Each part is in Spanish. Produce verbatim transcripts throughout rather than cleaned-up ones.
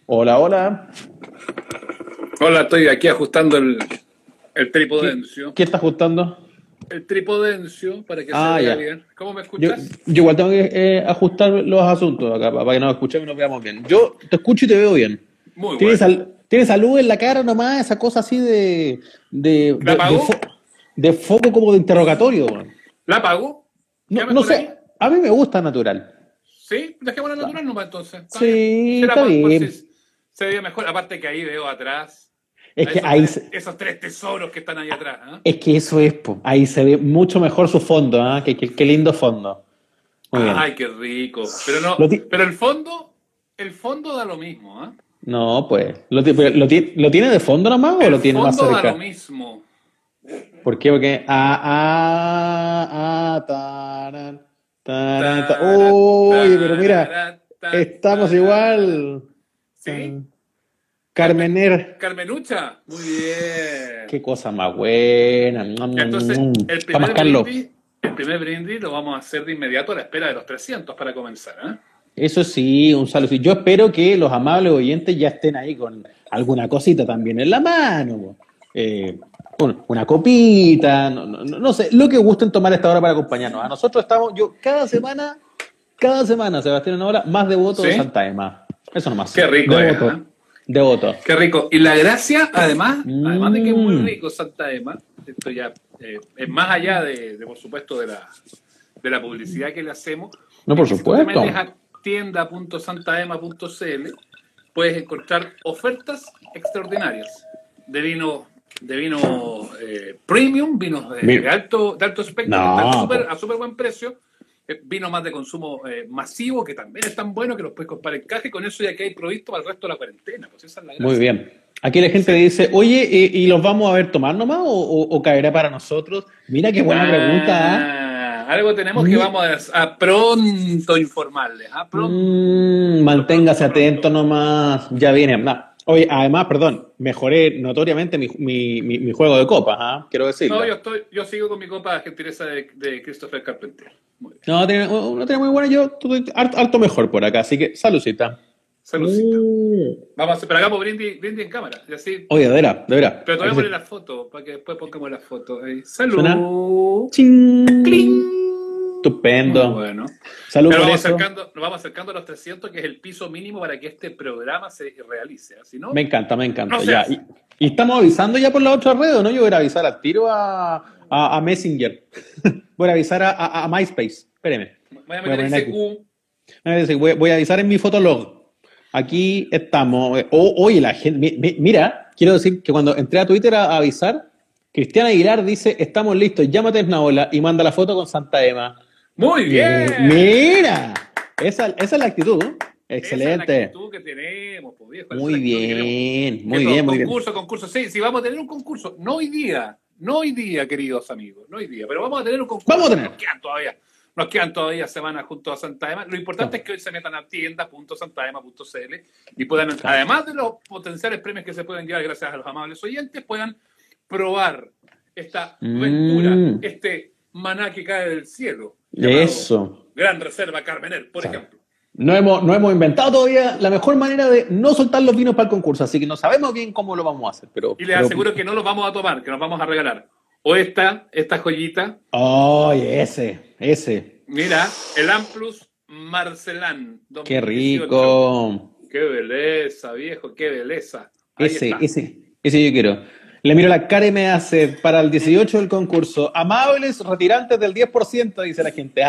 Hola, hola. Hola, estoy aquí ajustando el, el tripodencio. ¿Qué, ¿Qué estás ajustando? El tripodencio para que se Ah, vea ya. bien. ¿Cómo me Yo, escuchas? yo igual tengo que eh, ajustar los asuntos acá para, para que nos escuchemos y nos veamos bien. Yo te escucho y te veo bien. Muy ¿Tienes, bueno. al, ¿tienes salud en la cara nomás? Esa cosa así de, de, ¿La de, de, apagó? fo- de foco como de interrogatorio, weón. ¿La apagó? No, ¿Queda no mejor ahí? sé, a mí me gusta natural. Sí, dejémosla natural nomás entonces. Está bien. Sí, Será está por, por si bien. se veía mejor. Aparte que ahí veo atrás Es a que esos ahí, tres, se- esos tres tesoros que están ahí atrás. ¿Ah? es que eso es, po. Ahí se ve mucho mejor su fondo, ¿ah? Qué, qué- qué lindo fondo. Muy bien. Ay, qué rico. Pero no, Lo ti- pero el fondo, el fondo da lo mismo. ¿Ah? No, pues. ¿Lo, ti- pero lo, ti- ¿Lo tiene de fondo nomás o El lo tiene más fondo da lo cerca? mismo. ¿Por qué? Porque. Ah, ah, ah, taran, taran, ta- Tara, Oye, pero mira, tarara, ta, estamos tarara. igual. ¿Sí? Tan- Carmen, Carmener. Carmenucha. Muy bien. Qué cosa más buena. Entonces, el Para primer mascarlo. brindis, el primer brindis lo vamos a hacer de inmediato a la espera de los trescientos para comenzar. ¿Eh? Eso sí, un saludo. Yo espero que los amables oyentes ya estén ahí con alguna cosita también en la mano. Po. Eh, un- una copita, no, no, no no sé, lo que gusten tomar a esta hora para acompañarnos. A nosotros estamos, yo cada semana, cada semana, Sebastián, una hora más devoto de ¿Sí? Santa Emma. Eso nomás. Qué rico es, Devoto, ¿eh? devoto. Qué rico. Y la gracia, además, además de que es muy Mm, rico Santa Emma, esto ya eh, es más allá de, de, por supuesto, de la, de la publicidad que le hacemos, no, es por que si tú te supuesto. metes a tienda punto santaema punto cl, puedes encontrar ofertas extraordinarias de vino, de vino eh, premium, vinos de, Mi- de alto, de alto espectro, que están No, super, po. a súper buen precio. Eh, Vinos más de consumo eh, masivo, que también están buenos, que los puedes comprar en caja, y con eso ya que hay provisto para el resto de la cuarentena. Pues esa es la Muy gracia. bien. Aquí la gente Sí. dice, oye, ¿y, y los vamos a ver tomar nomás o, o- o caerá para nosotros? Mira qué buena pregunta, ¿ah? Ah, algo tenemos que Mi- vamos a, a pronto informarles. ¿Ah? Mm, Pronto, manténgase pronto, atento pronto. nomás. Ya viene. Nah. Oye, además, perdón, mejoré notoriamente mi, mi- mi- mi juego de copas, ¿ah? Quiero No, decirlo. yo estoy, yo sigo con mi copa gentileza de, de Christopher Carpenter. Muy bien. No, tiene, una tiene muy buena, yo estoy harto, harto mejor por acá, así que saludcita. Saludcita. Mm. Vamos a hacer, pero hagamos brindis, brindis en cámara. Y así, Oye, de veras, de veras. pero te voy Aquí a poner se- la foto para que después pongamos la foto. Ahí. ¿Suena? Salud. ¡Ching! ¡Cling! Muy Estupendo. bueno. Salud Pero por vamos eso. acercando, nos vamos acercando a los trescientos, que es el piso mínimo para que este programa se realice. ¿eh? Si Me no, encanta, me no encanta. se Ya. hace. Y, y estamos avisando ya por la otra red, ¿o no? Yo voy a avisar al tiro a, a, a Messenger. Voy a avisar a, a, a MySpace. Espéreme. Voy a Voy a meter poner I C Q. aquí. Voy, voy a avisar en mi fotolog. Aquí estamos. O- oye, la gente. mi- mi- mira, quiero decir que cuando entré a Twitter a, a avisar, Cristian Aguilar dice: Estamos listos, llámate a ola y manda la foto con Santa Emma. Muy Mi- bien. Mira, esa, esa es la actitud. Esa es la Excelente. actitud que tenemos, pues viejo. Esa es Muy la actitud que queremos. bien, muy Esto, bien, muy bien. concurso, concurso. Sí, sí, vamos a tener un concurso. No hoy día, no hoy día, queridos amigos, no hoy día, pero vamos a tener un concurso. Vamos a tener. Nos quedan todavía, nos quedan todavía semanas junto a Santa Ema. Lo importante No. es que hoy se metan a tienda punto santaema punto cl y puedan, además de los potenciales premios que se pueden llevar gracias a los amables oyentes, puedan probar esta Mm. aventura, este maná que cae del cielo. llamado Eso. Gran Reserva Carmener, por O sea, ejemplo. No hemos, no hemos inventado todavía la mejor manera de no soltar los vinos para el concurso, así que no sabemos bien cómo lo vamos a hacer. Pero, Y les pero- aseguro que no los vamos a tomar, que nos vamos a regalar. O esta, esta joyita, Oye, ese, ese. mira, el Amplus Marcelán. Qué dos mil dieciocho. rico. Qué belleza, viejo, qué belleza. Ahí Ese, está. ese, ese yo quiero. Le miro la cara y me hace para el dieciocho del concurso. Amables retirantes del diez por ciento, dice la gente.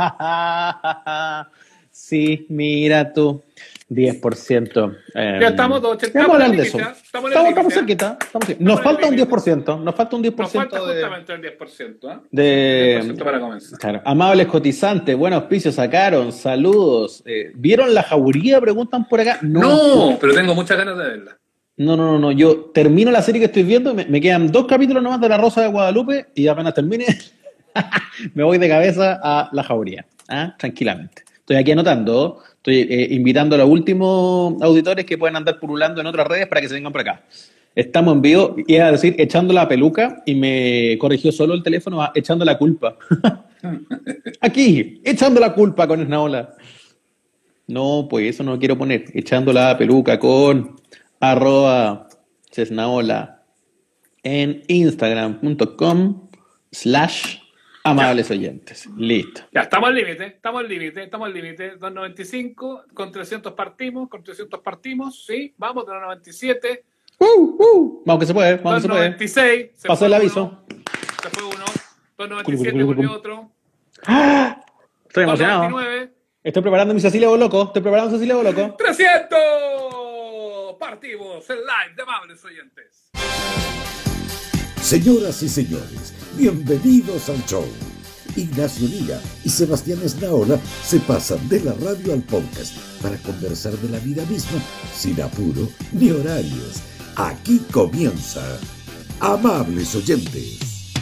Sí, mira tú. diez por ciento. Eh, Ya estamos todos, vamos a estamos hablar en el de eso. límite, estamos en el Estamos, estamos límite, cerquita. Estamos cerquita. Estamos Nos en el falta un límite. diez por ciento. Nos falta un diez por Nos falta ciento de, justamente el diez por ciento. ¿eh? de- diez por ciento para comenzar. Claro. Amables cotizantes, buenos auspicios sacaron. Saludos. Eh, ¿Vieron la jauría? Preguntan por acá. No, pero tengo muchas ganas de verla. No, no, no, no. Yo termino la serie que estoy viendo, me, me quedan dos capítulos nomás de La Rosa de Guadalupe y apenas termine, me voy de cabeza a La Jauría. ¿Ah? Tranquilamente. Estoy aquí anotando, estoy eh, invitando a los últimos auditores que pueden andar pululando en otras redes para que se vengan por acá. Estamos en vivo, iba a decir echando la peluca y me corrigió solo el teléfono a echando la culpa. Aquí, echando la culpa con Esnaola. No, pues eso no quiero poner. Echando la peluca con arroba Cesnaola en instagram.com slash amables oyentes. Listo. Ya, estamos al límite, estamos al límite, estamos al límite. dos noventa y cinco, con trescientos partimos, con trescientos partimos, sí, vamos, dos noventa y siete. Uh, uh. Vamos que se puede, vamos que se puede. dos noventa y seis. Se pasó el aviso. Uno, se fue uno. dos noventa y siete volvió otro. ¡Ah! Estoy emocionado. dos noventa y nueve. Estoy preparando mi Cecilio Loco. Estoy preparando mi Cecilio Loco. ¡trescientos! Partimos el live de amables oyentes. Señoras y señores, bienvenidos al show. Ignacio Liga y Sebastián Esnaola se pasan de la radio al podcast para conversar de la vida misma sin apuro ni horarios. Aquí comienza Amables Oyentes.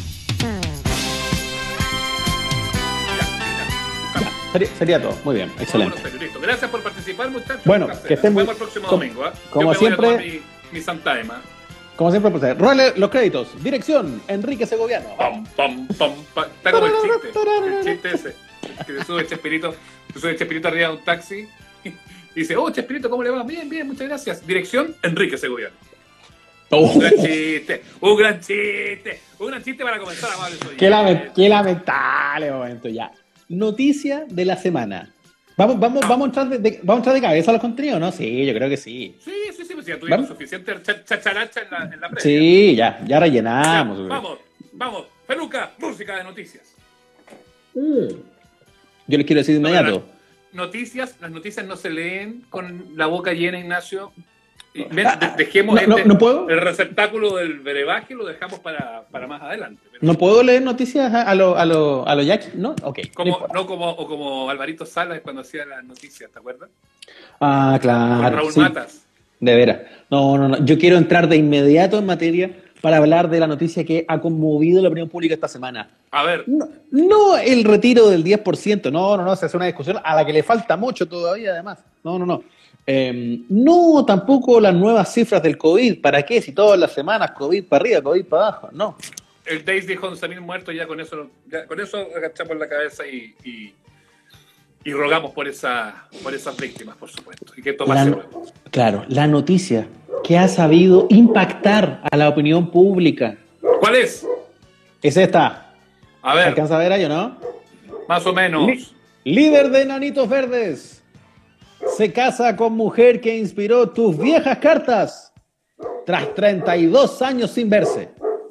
Sería, sería todo. Muy bien, excelente. Vámonos, listo. Gracias por participar, muchachos. Bueno, que estén muy... Nos vemos el próximo como, domingo. ¿eh? Como Yo me siempre... voy a tomar mi, mi Santa Ema. Como siempre, pues, róle los créditos. Dirección, Enrique Segoviano. Pam, pam, pam, pam. Está como el chiste. El chiste ese. Que se sube Chespirito, se sube Chespirito arriba de un taxi y dice, oh, Chespirito, ¿cómo le va? Bien, bien, muchas gracias. Dirección, Enrique Segoviano. Oh. Un gran chiste, un gran chiste, un gran chiste para comenzar, amables oyentes. Qué, lament qué lamentable momento ya. Noticia de la semana. Vamos, vamos, vamos, a entrar de, de, vamos a entrar de cabeza a los contenidos, ¿no? Sí, yo creo que sí. Sí, sí, sí, pues ya tuvimos suficiente chacharacha en la, en la previa. Sí, ya, ya rellenamos. Ya, vamos, vamos, peluca, música de noticias. Mm. Yo les quiero decir de inmediato. No, noticias, las noticias no se leen con la boca llena, Ignacio. Ven, de, dejemos no, este, no, no puedo. El receptáculo del brebaje lo dejamos para, para más adelante. Pero ¿No puedo leer noticias a lo, a lo, a lo Jackie? ¿No? Ok. Como, no, no como, o como Alvarito Salas cuando hacía las noticias, ¿te acuerdas? Ah, claro. Con Raúl sí. Matas. De veras. No, no, no. Yo quiero entrar de inmediato en materia para hablar de la noticia que ha conmovido la opinión pública esta semana. A ver. No, no el retiro del diez por ciento. No, no, no. Se hace una discusión a la que le falta mucho todavía, además. No, no, no. Eh, no, tampoco las nuevas cifras del COVID. ¿Para qué? Si todas las semanas COVID para arriba, COVID para abajo. No. El Days dijo once mil muertos, ya con eso ya con eso agachamos la cabeza y, y, y rogamos por, esa, por esas víctimas, por supuesto. Y que esto pase luego. Claro, la noticia que ha sabido impactar a la opinión pública. ¿Cuál es? Es esta. A ver. ¿Alcanza a ver ahí o no? Más o menos. Lí líder de Enanitos Verdes. Se casa con mujer que inspiró tus viejas cartas tras treinta y dos años sin verse.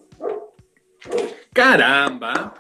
¡Caramba!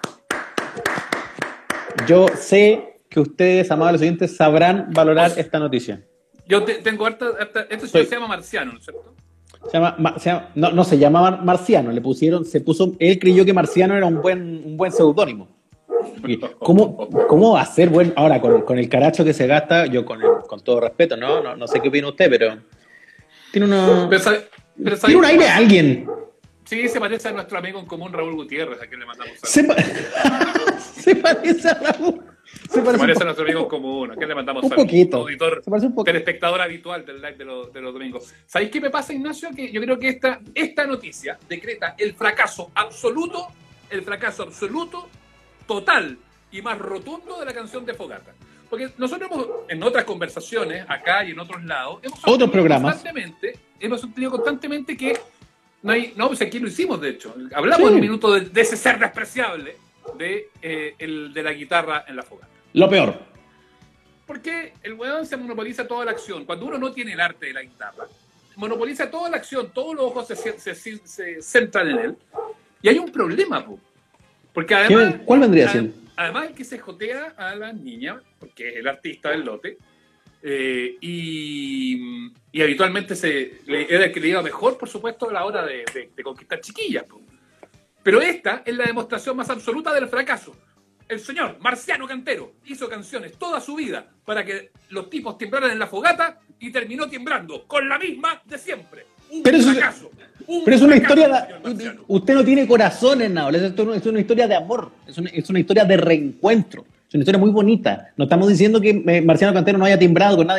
Yo sé que ustedes, amables oyentes, sabrán valorar esta noticia. Yo te, tengo harta, harta esto Soy... se llama Marciano, ¿no es cierto? Se llama, se llama, no, no se llama Marciano, le pusieron, se puso, él creyó que Marciano era un buen, un buen seudónimo. ¿Cómo, ¿Cómo va a ser bueno? Ahora, con, con el caracho que se gasta, yo con, el, con todo respeto, ¿no? ¿no? No sé qué opina usted, pero tiene una. Pero sabe, pero sabe, tiene un aire a alguien. Sí, se parece a nuestro amigo en común Raúl Gutiérrez, a quien le mandamos saludos. Se, pa se parece a Raúl. Se parece, se parece a nuestro amigo en común, a quien le mandamos un saludos. Poquito. Auditor, se parece un poquito. Telespectador habitual del live de los, de los domingos. ¿Sabéis qué me pasa, Ignacio? Que yo creo que esta, esta noticia decreta el fracaso absoluto, el fracaso absoluto, total y más rotundo de la canción de Fogata. Porque nosotros hemos, en otras conversaciones, acá y en otros lados, hemos otros programas constantemente, hemos sostenido constantemente que no hay, no, pues aquí lo hicimos de hecho, hablamos sí. un minuto de, de ese ser despreciable de, eh, el, de la guitarra en la Fogata. Lo peor. Porque el weón se monopoliza toda la acción. Cuando uno no tiene el arte de la guitarra, monopoliza toda la acción, todos los ojos se, se, se, se centran en él, y hay un problema, po. Porque además, ¿cuál vendría a ser? Además, el que se jotea a la niña, porque es el artista del lote, eh, y, y habitualmente se, le, era el que le iba mejor, por supuesto, a la hora de, de, de conquistar chiquillas. Po. Pero esta es la demostración más absoluta del fracaso. El señor Marciano Cantero hizo canciones toda su vida para que los tipos timbraran en la fogata y terminó timbrando con la misma de siempre. Un pero fracaso. Eso, un pero es una fracaso, historia de, usted no tiene corazón en nada, es una, es una historia de amor, es una, es una historia de reencuentro, es una historia muy bonita. No estamos diciendo que Marciano Cantero no haya timbrado con nadie más,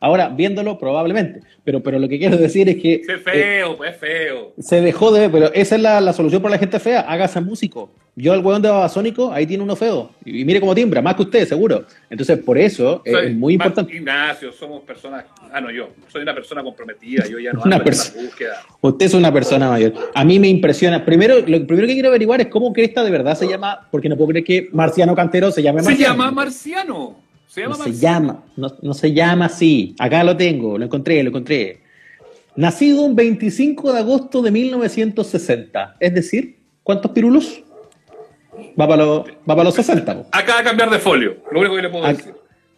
Ahora, viéndolo, probablemente. Pero, pero lo que quiero decir es que... Sí, es feo, eh, pues es feo. Se dejó de ver, pero esa es la, la solución para la gente fea. Hágase músico. Yo, el hueón de Babasónico, ahí tiene uno feo. Y, y mire cómo timbra, más que usted, seguro. Entonces, por eso eh, Soy es muy más importante. Ignacio, somos personas... Ah, no, yo. Soy una persona comprometida. Yo ya no Una ando en perso- esa búsqueda. Usted es una persona mayor. A mí me impresiona. Primero, lo primero que quiero averiguar es cómo Cresta de verdad se llama, porque no puedo creer que Marciano Cantero se llame Se Marciano. llama Marciano. Se llama No se Marciano. llama, no, no se llama así. Acá lo tengo, lo encontré, lo encontré. Nacido un veinticinco de agosto de mil novecientos sesenta. Es decir, ¿cuántos pirulos? Va para los, va para los sesenta. po. Acaba de cambiar de folio. Lo único que le puedo Ac- decir.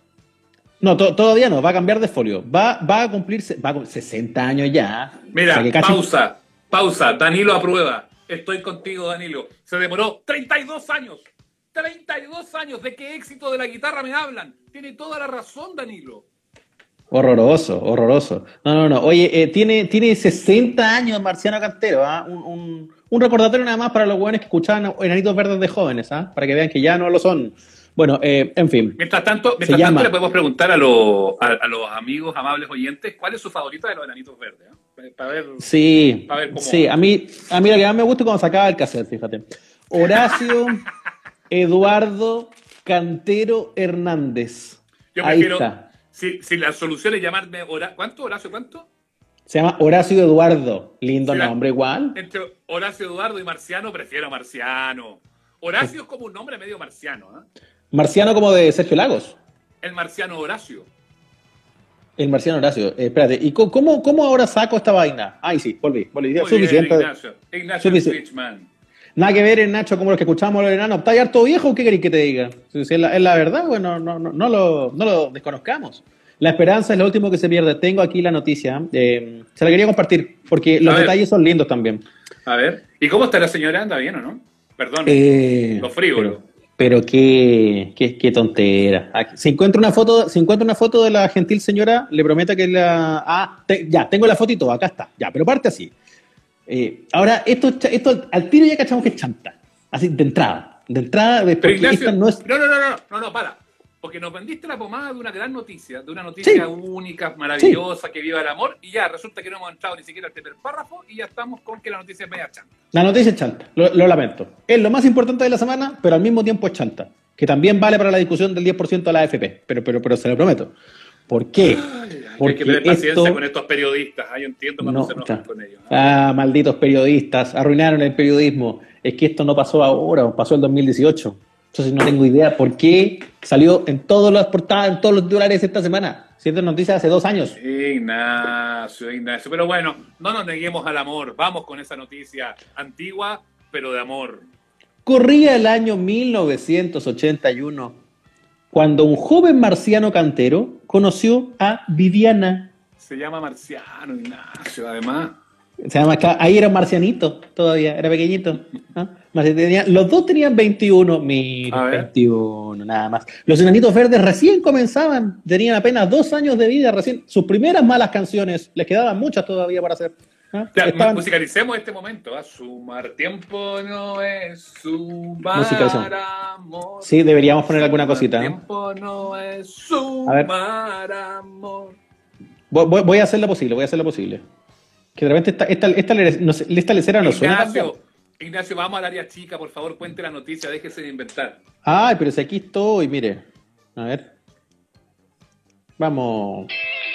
No, to- todavía no, va a cambiar de folio. Va, va a cumplirse, va con sesenta años ya. Mira, O sea que casi- pausa, pausa. Danilo aprueba. Estoy contigo, Danilo. Se demoró treinta y dos años. treinta y dos años. ¿De qué éxito de la guitarra me hablan? Tiene toda la razón, Danilo. Horroroso, horroroso. No, no, no. Oye, eh, tiene, tiene sesenta años Marciano Cantero, ¿ah? Un, un, un recordatorio nada más para los jóvenes que escuchaban Enanitos Verdes de jóvenes, ¿ah? Para que vean que ya no lo son. Bueno, eh, en fin. Mientras tanto, Se mientras tanto llama- le podemos preguntar a, los a, a los amigos amables oyentes cuál es su favorita de los enanitos verdes. ¿eh? Para ver. Sí, A ver cómo- sí. A mí, a mí lo que más me gusta es cuando sacaba el cassette, fíjate. Horacio Eduardo Cantero Hernández. Yo Ahí prefiero. está. Si, si la solución es llamarme. Hora, ¿Cuánto, Horacio? ¿Cuánto? Se llama Horacio Eduardo. Lindo Sí, la- nombre igual. Entre Horacio Eduardo y Marciano, prefiero Marciano. Horacio es como un nombre medio marciano. ¿eh? Marciano como de Sergio Lagos. El marciano Horacio. El marciano Horacio. Eh, espérate, ¿y co- cómo, cómo ahora saco esta vaina? Ay, sí, volví. volví. Muy Suficiente. bien, Ignacio. Ignacio Sufici- Switchman. Nada que ver, el Nacho, como los que escuchamos los enanos. ¿Está ya harto viejo o qué queréis que te diga? Si es la, es la verdad, bueno, no, no, no, lo, no lo desconozcamos. La esperanza es lo último que se pierde. Tengo aquí la noticia. eh, se la quería compartir, porque los A ver. detalles son lindos también. A ver. ¿Y cómo está la señora? ¿Anda bien o no? Perdón. Eh, Lo frívolo. Pero, pero qué, qué, qué tontera. Aquí- si encuentro una foto, si encuentro una foto de la gentil señora, le prometo que la. Ah, te- ya, tengo la foto y todo, acá está. Ya, pero parte así. Eh, ahora, esto, es cha- esto al tiro ya cachamos que es chanta. Así, de entrada. De entrada, de- Pero porque Ignacio, esta no es. no, no, no, no, no, no, para. Porque nos vendiste la pomada de una gran noticia, de una noticia Sí. única, maravillosa, que viva el amor, y ya resulta que no hemos entrado ni siquiera al primer párrafo y ya estamos con que la noticia es media chanta. La noticia es chanta, lo, lo lamento. Es lo más importante de la semana, pero al mismo tiempo es chanta. Que también vale para la discusión del diez por ciento de la A F P. Pero, pero, pero se lo prometo. ¿Por qué? Hay que tener paciencia esto- con estos periodistas, ah, yo entiendo cuando No, se enojan ya. con ellos. ¿ah? Ah, malditos periodistas, arruinaron el periodismo. Es que esto no pasó ahora, pasó en el dos mil dieciocho. Entonces no tengo idea por qué salió en todas las portadas, en todos los titulares esta semana. Siendo noticia hace dos años. Ignacio, Ignacio. Pero bueno, no nos neguemos al amor. Vamos con esa noticia antigua, pero de amor. Corría el año mil novecientos ochenta y uno, cuando un joven marciano cantero conoció a Viviana. Se llama Marciano, Ignacio, además. Se llama acá, ahí era un marcianito todavía, era pequeñito. ¿Ah? Marci- tenía- los dos tenían veintiuno, A mira, ver. veintiuno, nada más. Los enanitos verdes recién comenzaban, tenían apenas dos años de vida, recién, sus primeras malas canciones, les quedaban muchas todavía para hacer. ¿Ah? Ya, Estaban- musicalicemos este momento. ¿ah? Sumar tiempo no es sumar Musicalicemos. amor. Sí, deberíamos poner alguna Sumar cosita. ¿eh? tiempo no es A ver. sumar amor. Voy, voy- voy a hacer lo posible, voy a hacer lo posible. Que de repente esta, esta, esta, esta, no sé, esta lecera no suena tan bien. Ignacio, Ignacio, vamos al área chica, por favor, cuente la noticia, déjese de inventar. Ay, pero si aquí estoy, mire. A ver. Vamos.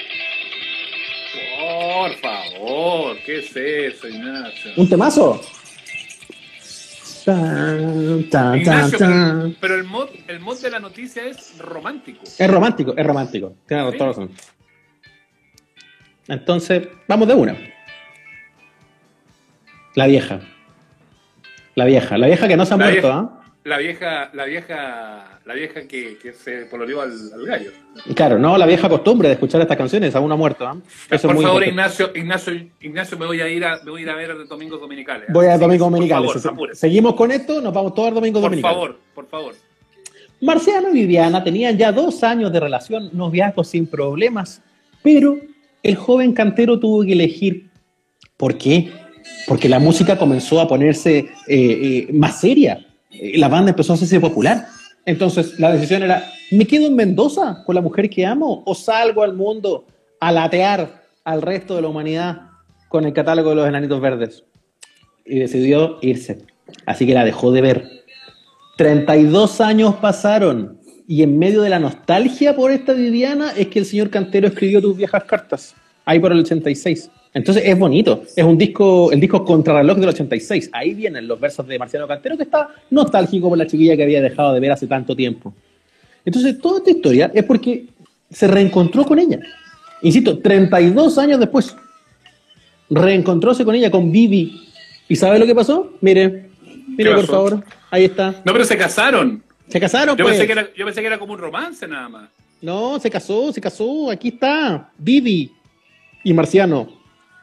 Por favor, ¿qué es eso, Ignacio? ¿Un temazo? Tan, tan, tan, Ignacio, tan. pero, pero el mod, el mod de la noticia es romántico. Es romántico, es romántico. Tienes Sí. toda razón. Entonces, vamos de una. La vieja. La vieja. La vieja que no se ha La muerto, vieja. ¿ah? La vieja, la vieja, la vieja que, que se pololeó al, al gallo. Claro, no, la vieja costumbre de escuchar estas canciones, aún no ha muerto, ¿ah? Eso por es muy favor, importante. Ignacio, Ignacio, Ignacio, me voy a ir a, me voy a ir a ver los domingos dominicales. ¿eh? Voy a Sí, Domingos por Dominicales. favor, Se- apúrese. Seguimos con esto, nos vamos todos a Domingos Por Dominicales. favor, por favor. Marciano y Viviana tenían ya dos años de relación, noviazgo sin problemas, pero el joven cantero tuvo que elegir. ¿Por qué? Porque la música comenzó a ponerse eh, eh, más seria. Eh, La banda empezó a hacerse popular. Entonces la decisión era, ¿me quedo en Mendoza con la mujer que amo o salgo al mundo a latear al resto de la humanidad con el catálogo de los Enanitos Verdes. Y decidió irse. Así que la dejó de ver. treinta y dos años pasaron. Y en medio de la nostalgia por esta Viviana es que el señor Cantero escribió Tus viejas cartas. Ahí por el ochenta y seis. Entonces es bonito. Es un disco, el disco Contrarreloj del ochenta y seis. Ahí vienen los versos de Marciano Cantero, que está nostálgico por la chiquilla que había dejado de ver hace tanto tiempo. Entonces toda esta historia es porque se reencontró con ella. Insisto, treinta y dos años después. Reencontróse con ella, con Vivi. ¿Y sabe lo que pasó? Mire, mire por favor. Ahí está. No, pero se casaron. Se casaron, yo pues. Pensé que era, yo pensé que era como un romance nada más. No, se casó, se casó. Aquí está. Vivi y Marciano.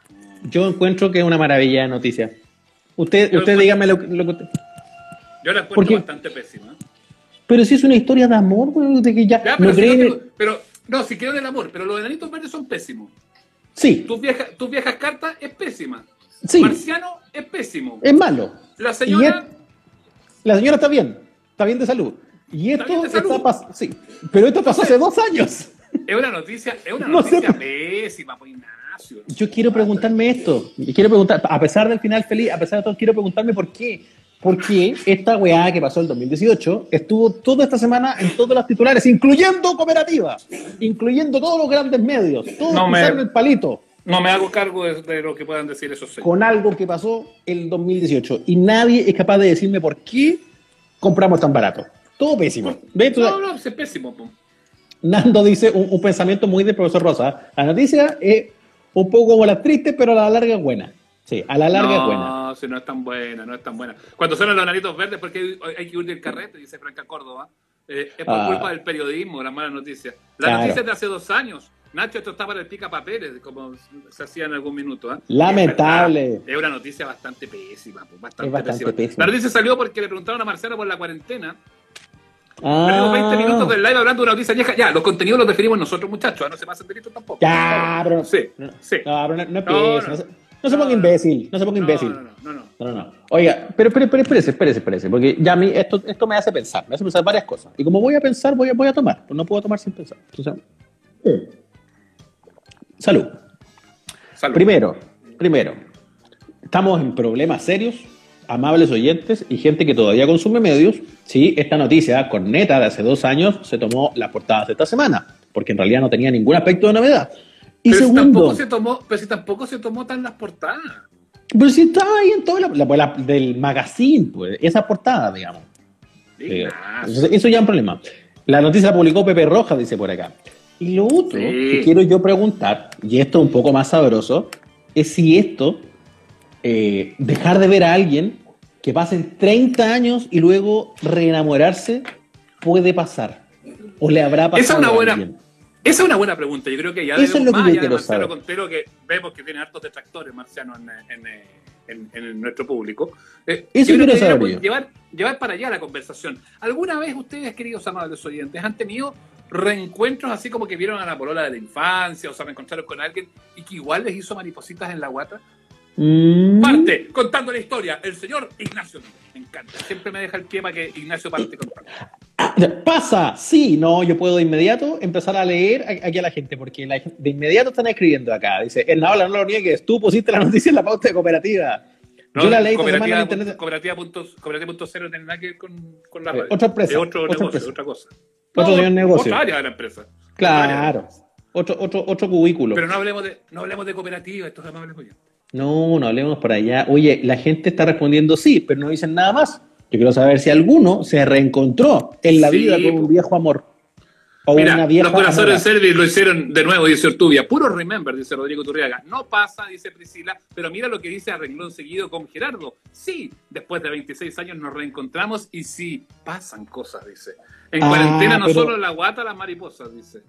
Yo encuentro que es una maravilla de noticia. Usted, yo usted dígame lo, lo que usted... Yo la encuentro Porque... bastante pésima. Pero si es una historia de amor, güey, de que ya, ya pero, no si cree... no, digo, pero no, si quiero del amor, pero los Enanitos Verdes son pésimos. Sí. Tus viejas, tus viejas cartas es pésima. Sí. Marciano es pésimo. Es malo. La señora... Es... La señora está bien. Está bien de salud. Y esto está, está salud. Pas... sí. Pero esto pasó hace dos años. Es una noticia, es una no noticia sé. pésima, pues Ignacio. Yo quiero preguntarme esto. Y quiero preguntar, a pesar del final feliz, a pesar de todo, quiero preguntarme por qué. ¿Por qué esta weá que pasó el dos mil dieciocho estuvo toda esta semana en todos los titulares, incluyendo Cooperativa, incluyendo todos los grandes medios, todos No me- pisaron el palito No me hago cargo de, de lo que puedan decir esos señores. con algo que pasó el dos mil dieciocho? Y nadie es capaz de decirme por qué compramos tan barato. Todo pésimo. ¿Ves? No, no, es pésimo. po. Nando dice un, un pensamiento muy del profesor Rosa. La noticia es un poco como la triste, pero a la larga es buena. Sí, a la larga no, es buena. No, si no es tan buena, no es tan buena. Cuando suenan los Enanitos Verdes, porque hay, hay que huir del carrete, dice Franca Córdoba, eh, es por Ah. culpa del periodismo, las malas noticias. La Claro. noticia es de hace dos años. Nacho, esto está para el pica papeles, como se hacía en algún minuto. ¿eh? Lamentable. Es, verdad, es una noticia bastante pésima. Pues, bastante, Es bastante pésima. pésima. La noticia salió porque le preguntaron a Marcelo por la cuarentena. Ah. Tenemos veinte minutos del live hablando de una noticia vieja. Ya, los contenidos los definimos nosotros, muchachos. ¿eh? No se pasen delitos tampoco. Ya, pero... Sí, no, sí. No, pero no, no No, empiece, no. no, se, no se No, ponga no. imbécil, no se ponga No, imbécil. no, no, no, no. No, no, no. Oiga, pero, pero, pero espérese, espérese, espérese, porque ya a mí esto, esto me hace pensar, me hace pensar varias cosas. Y como voy a pensar, voy a, voy a tomar. Pues no puedo tomar sin pensar. Entonces, salud. Salud. Primero, primero, estamos en problemas serios, amables oyentes y gente que todavía consume medios. Sí, esta noticia corneta de hace dos años se tomó las portadas de esta semana, porque en realidad no tenía ningún aspecto de novedad. Y pero, si segundo, tampoco se tomó, pero si tampoco se tomó tan las portadas. pero si estaba ahí en toda la, la, la- del magazine, pues, esa portada, digamos. Eh, Ignacio. Entonces, eso ya es un problema. La noticia la publicó Pepe Rojas, dice por acá. Y lo otro Sí. que quiero yo preguntar, y esto es un poco más sabroso, es si esto, eh, dejar de ver a alguien que pasen treinta años y luego reenamorarse, puede pasar. O le habrá pasado Esa es una a buena, alguien. esa es una buena pregunta. Yo creo que ya Eso es debemos lo que más yo allá de quiero Marcelo saber. Contero, que vemos que tiene hartos detractores marcianos en, en, en, en, en nuestro público. Eh, Eso yo creo quiero que saber deberíamos yo. llevar, llevar para allá la conversación. ¿Alguna vez ustedes, queridos amables oyentes, han tenido reencuentros así como que vieron a la polola de la infancia o se reencontraron con alguien y que igual les hizo maripositas en la guata? Mm. Parte, contando la historia, el señor Ignacio. Me encanta. Siempre me deja el pie para que Ignacio parte contando. Ah, pasa, sí, no, yo puedo de inmediato empezar a leer a- aquí a la gente, porque la gente- de inmediato están escribiendo acá. Dice, Hernán, no lo niegues, tú pusiste la noticia en la pauta de Cooperativa. No, yo la leí esta semana cooperativa, en internet. cooperativa punto, cooperativa punto cero no tiene nada que ver con, con la Eh, radio. otra empresa, Es otro otra negocio, empresa. otra cosa. Otro señor negocio. Otra área de la empresa. Otra área de la Claro, empresa. otro, otro, otro cubículo. Pero no hablemos de, no hablemos de cooperativa, estos amables oyentes. No, no hablemos por allá. Oye, la gente está respondiendo sí, pero no dicen nada más. Yo quiero saber si alguno se reencontró en la Sí, vida con po. un viejo amor. O Mira, una vieja los corazones amora. Service lo hicieron de nuevo, dice Ortubia. Puro remember, dice Rodrigo Turriaga. No pasa, dice Priscila, pero mira lo que dice a renglón seguido con Gerardo. Sí, después de veintiséis años nos reencontramos y sí, pasan cosas, dice. En Ah, cuarentena no pero- solo la guata, las mariposas, dice.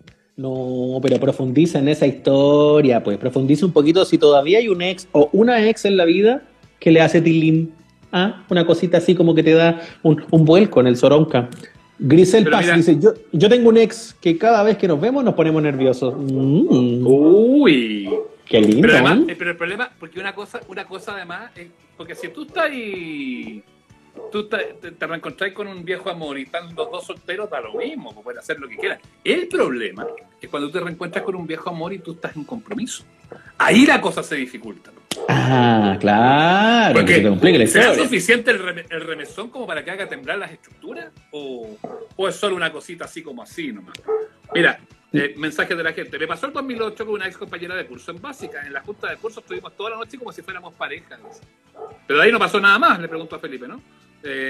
No, pero profundiza en esa historia, pues profundiza un poquito si todavía hay un ex o una ex en la vida que le hace tilín. Ah, una cosita así como que te da un, un vuelco en el soronca. Grisel Pero Paz mira- dice, yo, yo tengo un ex que cada vez que nos vemos nos ponemos nerviosos. Mm, Uy. qué lindo. Pero además, ¿eh? eh, pero el problema, porque una cosa, una cosa además, es, porque si tú estás ahí, tú te, te, te reencontrás con un viejo amor y están los dos solteros, da lo mismo, pues pueden hacer lo que quieran. El problema es cuando te reencuentras con un viejo amor y tú estás en compromiso. Ahí la cosa se dificulta. Ah, claro. Porque se te complica la ¿será historia. suficiente el, reme, el remesón como para que haga temblar las estructuras? ¿O, o es solo una cosita así como así nomás? Mira, eh, mensaje de la gente. Me pasó el dos mil ocho con una ex compañera de curso en básica. En la junta de curso estuvimos toda la noche como si fuéramos parejas. Pero de ahí no pasó nada más, le pregunto a Felipe, ¿no? Eh,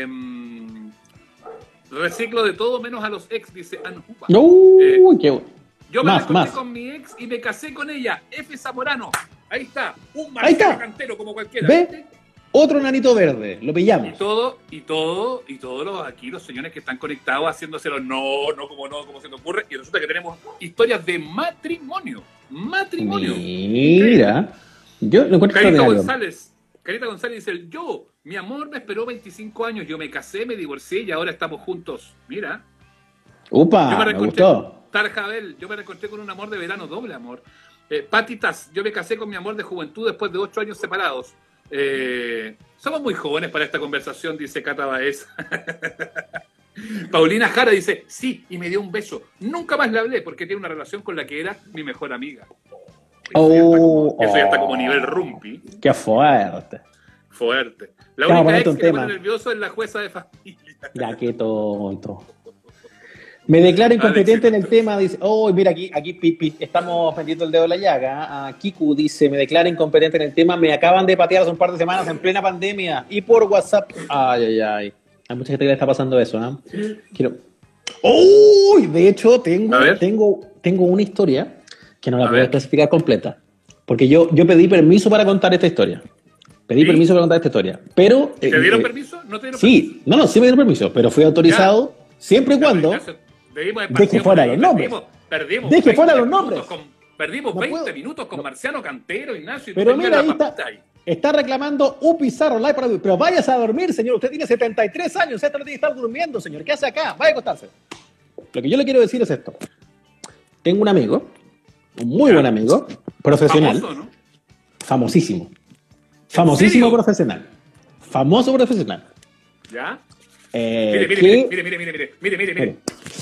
reciclo de todo menos a los ex, dice Anjupa. No, Eh, qué bueno. Yo me Más, reencontré más. con mi ex y me casé con ella, F. Zamorano. Ahí está, un Ahí está. Marcelo Cantero como cualquiera. ¿Ve? Otro nanito verde, lo Y pillamos. todo, y todo, y todos los aquí, los señores que están conectados haciéndoselo, no, no, como no, como se te ocurre. Y resulta que tenemos historias de matrimonio. Matrimonio. Mira, yo lo encuentro Carita extraordinario. González. Carita González dice, yo, mi amor me esperó veinticinco años, yo me casé, me divorcié y ahora estamos juntos. Mira. Upa, Yo me me reencontré gustó. con Tarjabel, yo me reencontré con un amor de verano, doble amor. Eh, Patitas, yo me casé con mi amor de juventud después de ocho años separados. Eh, somos muy jóvenes para esta conversación, dice Cata Baez. Paulina Jara dice, sí, y me dio un beso. Nunca más le hablé porque tiene una relación con la que era mi mejor amiga. Eso, ya, está como, eso ya está como nivel rumpi. Qué fuerte. Fuerte. La Vamos a única ponerte ex un que me tema. pone nervioso es la jueza de familia. Ya, qué tonto. Me declaro incompetente en el tema, dice, oh, mira, aquí, aquí pi, pi, estamos metiendo el dedo en la llaga. A Kiku dice, me declaro incompetente en el tema, me acaban de patear hace un par de semanas en plena pandemia y por WhatsApp. Ay, ay, ay. Hay mucha gente que le está pasando eso, ¿no? Quiero... ¡Uy! De hecho, tengo, tengo, tengo una historia que no la A puedo ver. especificar completa. Porque yo, yo pedí permiso para contar esta historia. Pedí ¿Sí? permiso para contar esta historia. Pero... ¿Te eh, dieron eh, permiso? ¿No te dieron Sí, permiso? no, no, sí me dieron permiso, pero fui autorizado siempre y Ya, cuando... Ignacio, debimos de Deje partido fuera por ahí, los nombres. Perdimos, perdimos Deje fuera veinte los nombres. minutos con- perdimos No veinte puedo. minutos con No. Marciano Cantero, Ignacio. Y tú Pero tenías mira, la ahí está. papita ahí. Está reclamando un pizarro live para... Pero váyase a dormir, señor. Usted tiene setenta y tres años. Usted no tiene que estar durmiendo, señor. ¿Qué hace acá? Vaya a acostarse. Lo que yo le quiero decir es esto. Tengo un amigo, un muy Ya. buen amigo, profesional, Famoso, ¿no? famosísimo. Famosísimo serio? profesional. Famoso profesional. ¿Ya? Eh, Mire, mire, que, mire, mire, mire, mire, mire, mire, mire.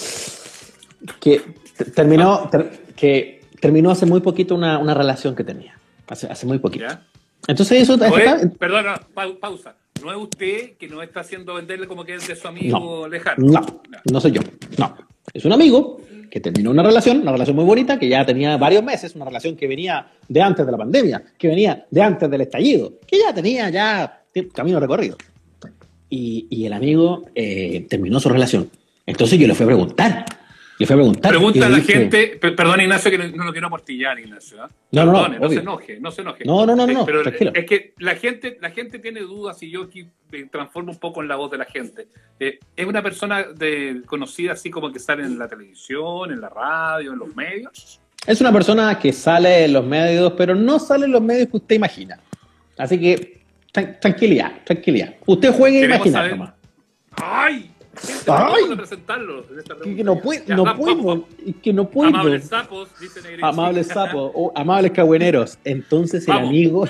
que t- terminó, ter- que terminó hace muy poquito una, una relación que tenía. Hace, hace muy poquito. ¿Ya? Entonces eso... No está- es- perdón, no, pau- pausa. No es usted que no está haciendo venderle como que es de su amigo No, lejano. no, no soy yo. No. Es un amigo que terminó una relación, una relación muy bonita, que ya tenía varios meses, una relación que venía de antes de la pandemia, que venía de antes del estallido, que ya tenía ya camino recorrido. Y, y el amigo eh, terminó su relación. Entonces yo le fui a preguntar. Le fui a preguntar. Pregunta y a le la dije, gente, per- perdón Ignacio que no, no lo quiero aportillar, Ignacio. ¿eh? No, no, no, Perdone, no, se obvio. enoje, no se enoje. No, no, no, no, Eh, no, pero tranquilo. es que la gente, la gente tiene dudas y yo aquí eh, transformo un poco en la voz de la gente. Eh, es una persona de, conocida así como que sale en la televisión, en la radio, en los medios. Es una persona que sale en los medios, pero no sale en los medios que usted imagina. Así que tran- tranquilidad, tranquilidad. Usted juegue a Queremos imaginar saber- nomás. ¡Ay! Gente, ¡Ay! ¿cómo presentarlo en esta Que, pregunta? que no puedo, Ya, no vamos, puedo, vamos. y que no puedo. Amables sapos, dice Negrito. Amables sapos, o amables cagüeneros. Entonces el Vamos. amigo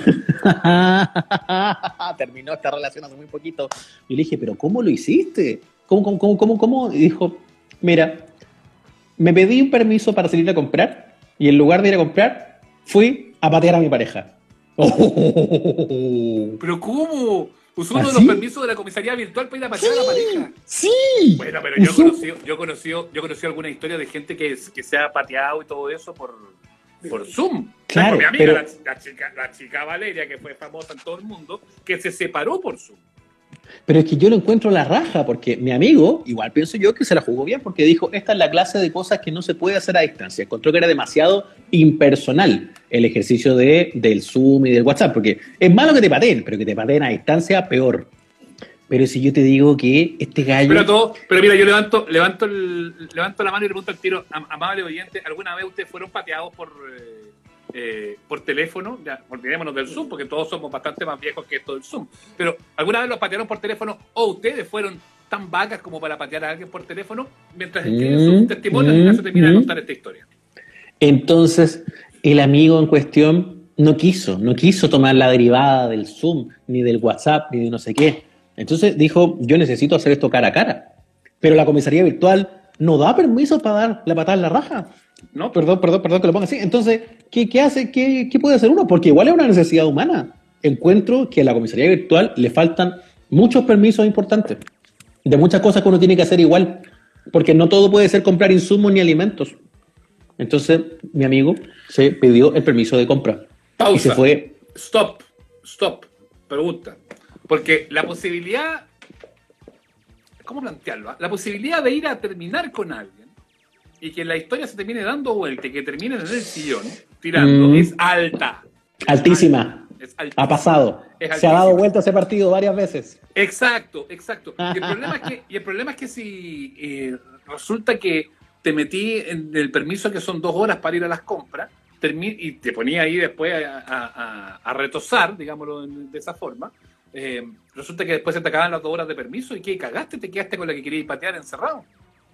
terminó esta relación hace muy poquito. Y le dije, ¿pero cómo lo hiciste? ¿Cómo, cómo, cómo, cómo, cómo? Y dijo, mira, me pedí un permiso para salir a comprar y en lugar de ir a comprar, fui a patear a mi pareja. ¿Pero cómo? Usó uno de ¿Así? los permisos de la comisaría virtual para ir a patear a la pareja. ¡Sí! Bueno, pero yo Usó- conocí, yo conocí, yo conocí alguna historia de gente que, que se ha pateado y todo eso por, por Zoom. Claro, Tengo mi amiga, pero- la, la chica, la chica Valeria, que fue famosa en todo el mundo, que se separó por Zoom. Pero es que yo lo encuentro la raja, porque mi amigo, igual pienso yo que se la jugó bien, porque dijo, esta es la clase de cosas que no se puede hacer a distancia. Encontró que era demasiado impersonal el ejercicio de, del Zoom y del WhatsApp, porque es malo que te pateen, pero que te pateen a distancia, peor. Pero si yo te digo que este gallo... Pero, todo, pero mira, yo levanto, levanto, el, levanto la mano y le pregunto al tiro, am- amable oyente, ¿alguna vez ustedes fueron pateados por, eh, eh, por teléfono? Ya, olvidémonos del Zoom, porque todos somos bastante más viejos que esto del Zoom. Pero ¿alguna vez los patearon por teléfono o ustedes fueron tan vacas como para patear a alguien por teléfono? Mientras escriben Mm, sus testimonios, mm, Ignacio termina de mm. contar esta historia. Entonces, el amigo en cuestión no quiso, no quiso tomar la derivada del Zoom, ni del WhatsApp, ni de no sé qué. Entonces dijo, yo necesito hacer esto cara a cara. Pero la comisaría virtual no da permiso para dar la patada en la raja. No, perdón, perdón, perdón que lo ponga así. Entonces, ¿qué, qué hace? ¿Qué, ¿Qué puede hacer uno? Porque igual es una necesidad humana. Encuentro que a la comisaría virtual le faltan muchos permisos importantes. De muchas cosas que uno tiene que hacer igual. Porque no todo puede ser comprar insumos ni alimentos. Entonces, mi amigo se pidió el permiso de compra. Pausa. Y se fue. Stop, stop. Pregunta. Porque la posibilidad... ¿Cómo plantearlo? ah? La posibilidad de ir a terminar con alguien y que la historia se termine dando vuelta y que terminen en el sillón tirando Mm. es alta. Altísima. Es altísima. Ha pasado. Es Se ha dado altísima. vuelta ese partido varias veces. Exacto, exacto. Y el problema es que, y el problema es que si eh, resulta que te metí en el permiso que son dos horas para ir a las compras termi- y te ponía ahí después a, a, a, a retosar, digámoslo de esa forma, eh, resulta que después se te acaban las dos horas de permiso y ¿qué? ¿Cagaste? ¿Te quedaste con la que querías patear encerrado?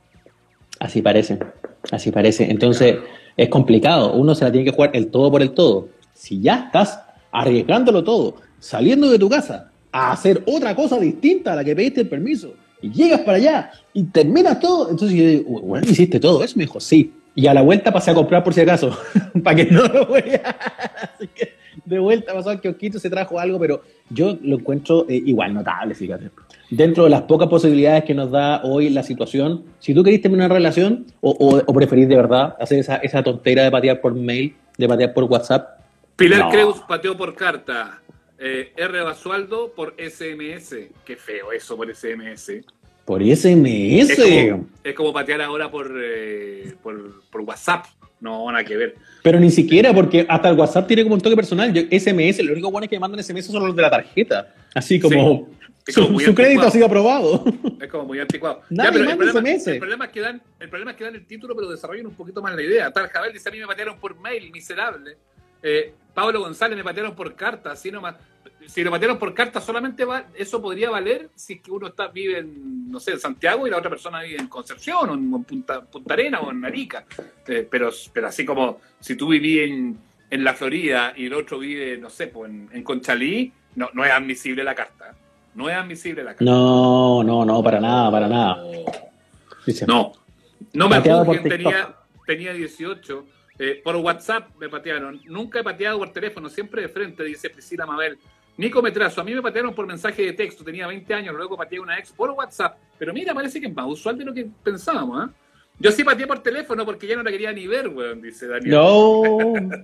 Así parece. Así parece. Entonces, es complicado. Uno se la tiene que jugar el todo por el todo. Si ya estás arriesgándolo todo, saliendo de tu casa a hacer otra cosa distinta a la que pediste el permiso, y llegas para allá y terminas todo, entonces yo digo, bueno, hiciste todo eso, me dijo, sí. Y a la vuelta pasé a comprar por si acaso, para que no lo vea. Así que de vuelta pasó al kiosquito, se trajo algo, pero yo lo encuentro eh, igual notable, fíjate. Dentro de las pocas posibilidades que nos da hoy la situación, si tú querés tener una relación o, o, o preferís de verdad hacer esa, esa tontera de patear por mail, de patear por WhatsApp. Pilar No. Creus pateó por carta. Eh, R. Basualdo por S M S. Qué feo eso por S M S. Por S M S. Es como, es como patear ahora por, eh, por, por WhatsApp. No, nada que ver. Pero ni siquiera, porque hasta el WhatsApp tiene como un toque personal. Yo, S M S, lo único bueno es que me mandan S M S son los de la tarjeta. Así como, Es su, como muy su crédito anticuado. ha sido aprobado. Es como muy anticuado. Nadie pero el manda problema, S M S. el, problema es que dan, el problema es que dan el título, pero desarrollan un poquito más la idea. Tal Jabel dice, a mí me patearon por mail, miserable. Eh, Pablo González, me patearon por carta, así nomás. Si lo patearon por carta, solamente va, eso podría valer si es que uno está, vive en, no sé, en Santiago y la otra persona vive en Concepción o en Punta, Punta Arenas o en Arica. Eh, pero, pero así como si tú vivís en, en la Florida y el otro vive, no sé, pues en, en Conchalí, no, no es admisible la carta. No es admisible la carta. No, no, no, para nada, para nada. Dice, No, no me Pateado juzguen, por TikTok. tenía, tenía dieciocho. Eh, por WhatsApp me patearon. Nunca he pateado por teléfono, siempre de frente, dice Priscila Mabel. Nico Metrazo, a mí me patearon por mensaje de texto, tenía veinte años, luego pateé a una ex por WhatsApp. Pero mira, parece que es más usual de lo que pensábamos, ¿eh? Yo sí pateé por teléfono porque ya no la quería ni ver, weón, dice Daniel. no.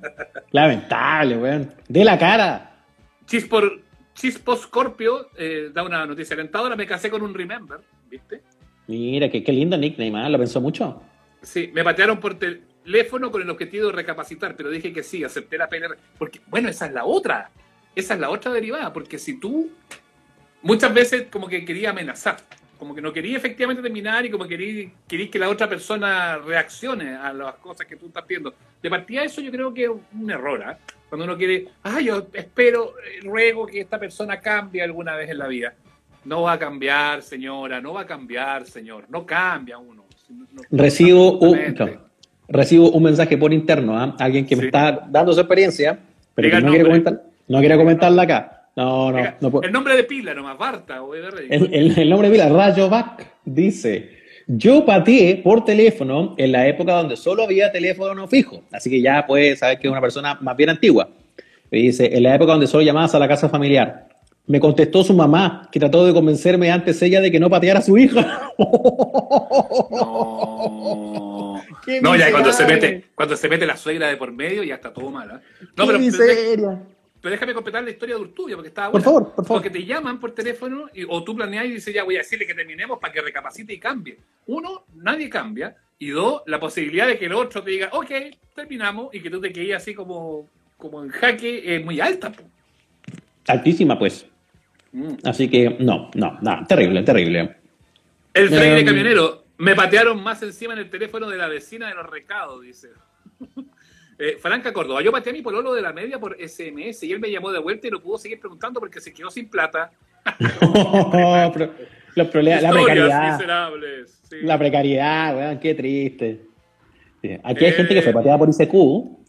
Lamentable, weón. De la cara. Chispor, Chispo Scorpio eh, da una noticia alentadora, me casé con un Remember, ¿viste? Mira, qué, qué lindo nickname, ¿eh? ¿Lo pensó mucho? Sí, me patearon por teléfono con el objetivo de recapacitar, pero dije que sí, acepté la P N R. Porque, bueno, esa es la otra. Esa es la otra derivada, porque si tú muchas veces como que quería amenazar, como que no quería efectivamente terminar y como quería, quería que la otra persona reaccione a las cosas que tú estás viendo. De partida eso yo creo que es un error, ¿eh? Cuando uno quiere, ah, yo espero, eh, ruego que esta persona cambie alguna vez en la vida. No va a cambiar, señora, no va a cambiar, señor. No cambia uno. No, no, Recibo un, absolutamente. no, recibo un mensaje por interno, ¿ah? Alguien que me Sí. está dando su experiencia, pero Diga que no el quiere, nombre. comentar, no quiere comentarla acá. No, no, Diga, no puedo. el nombre de pila nomás, Barta o E B R. El, el, el nombre de pila, Rayovac, dice: yo pateé por teléfono en la época donde solo había teléfono fijo, así que ya puedes saber que es una persona más bien antigua. Y dice: en la época donde solo llamabas a la casa familiar. Me contestó su mamá, que trató de convencerme antes ella de que no pateara a su hija. No. ¡Qué No, ya cuando se miserable! mete, cuando se mete la suegra de por medio, ya está todo mal, ¿eh? ¡Qué No, pero, pero, miseria! pero déjame completar la historia de Urtubia, porque estaba Por buena. favor, por favor. Porque te llaman por teléfono y, o tú planeas y dices, ya voy a decirle que terminemos para que recapacite y cambie. Uno, nadie cambia. Y dos, la posibilidad de que el otro te diga, ok, terminamos, y que tú te quedes así como, como en jaque, es muy alta. Po. Altísima, pues. Mm. Así que, no, no, no, terrible, terrible. El Freire Um, camionero, me patearon más encima en el teléfono de la vecina de los recados, dice. eh, Franca Córdoba, yo pateé a mi pololo de la media por S M S y él me llamó de vuelta y no pudo seguir preguntando porque se quedó sin plata. Pero los problemas, la Historias precariedad. miserables. Sí. La precariedad, weón, qué triste. Sí, aquí hay Eh. gente que fue pateada por I C Q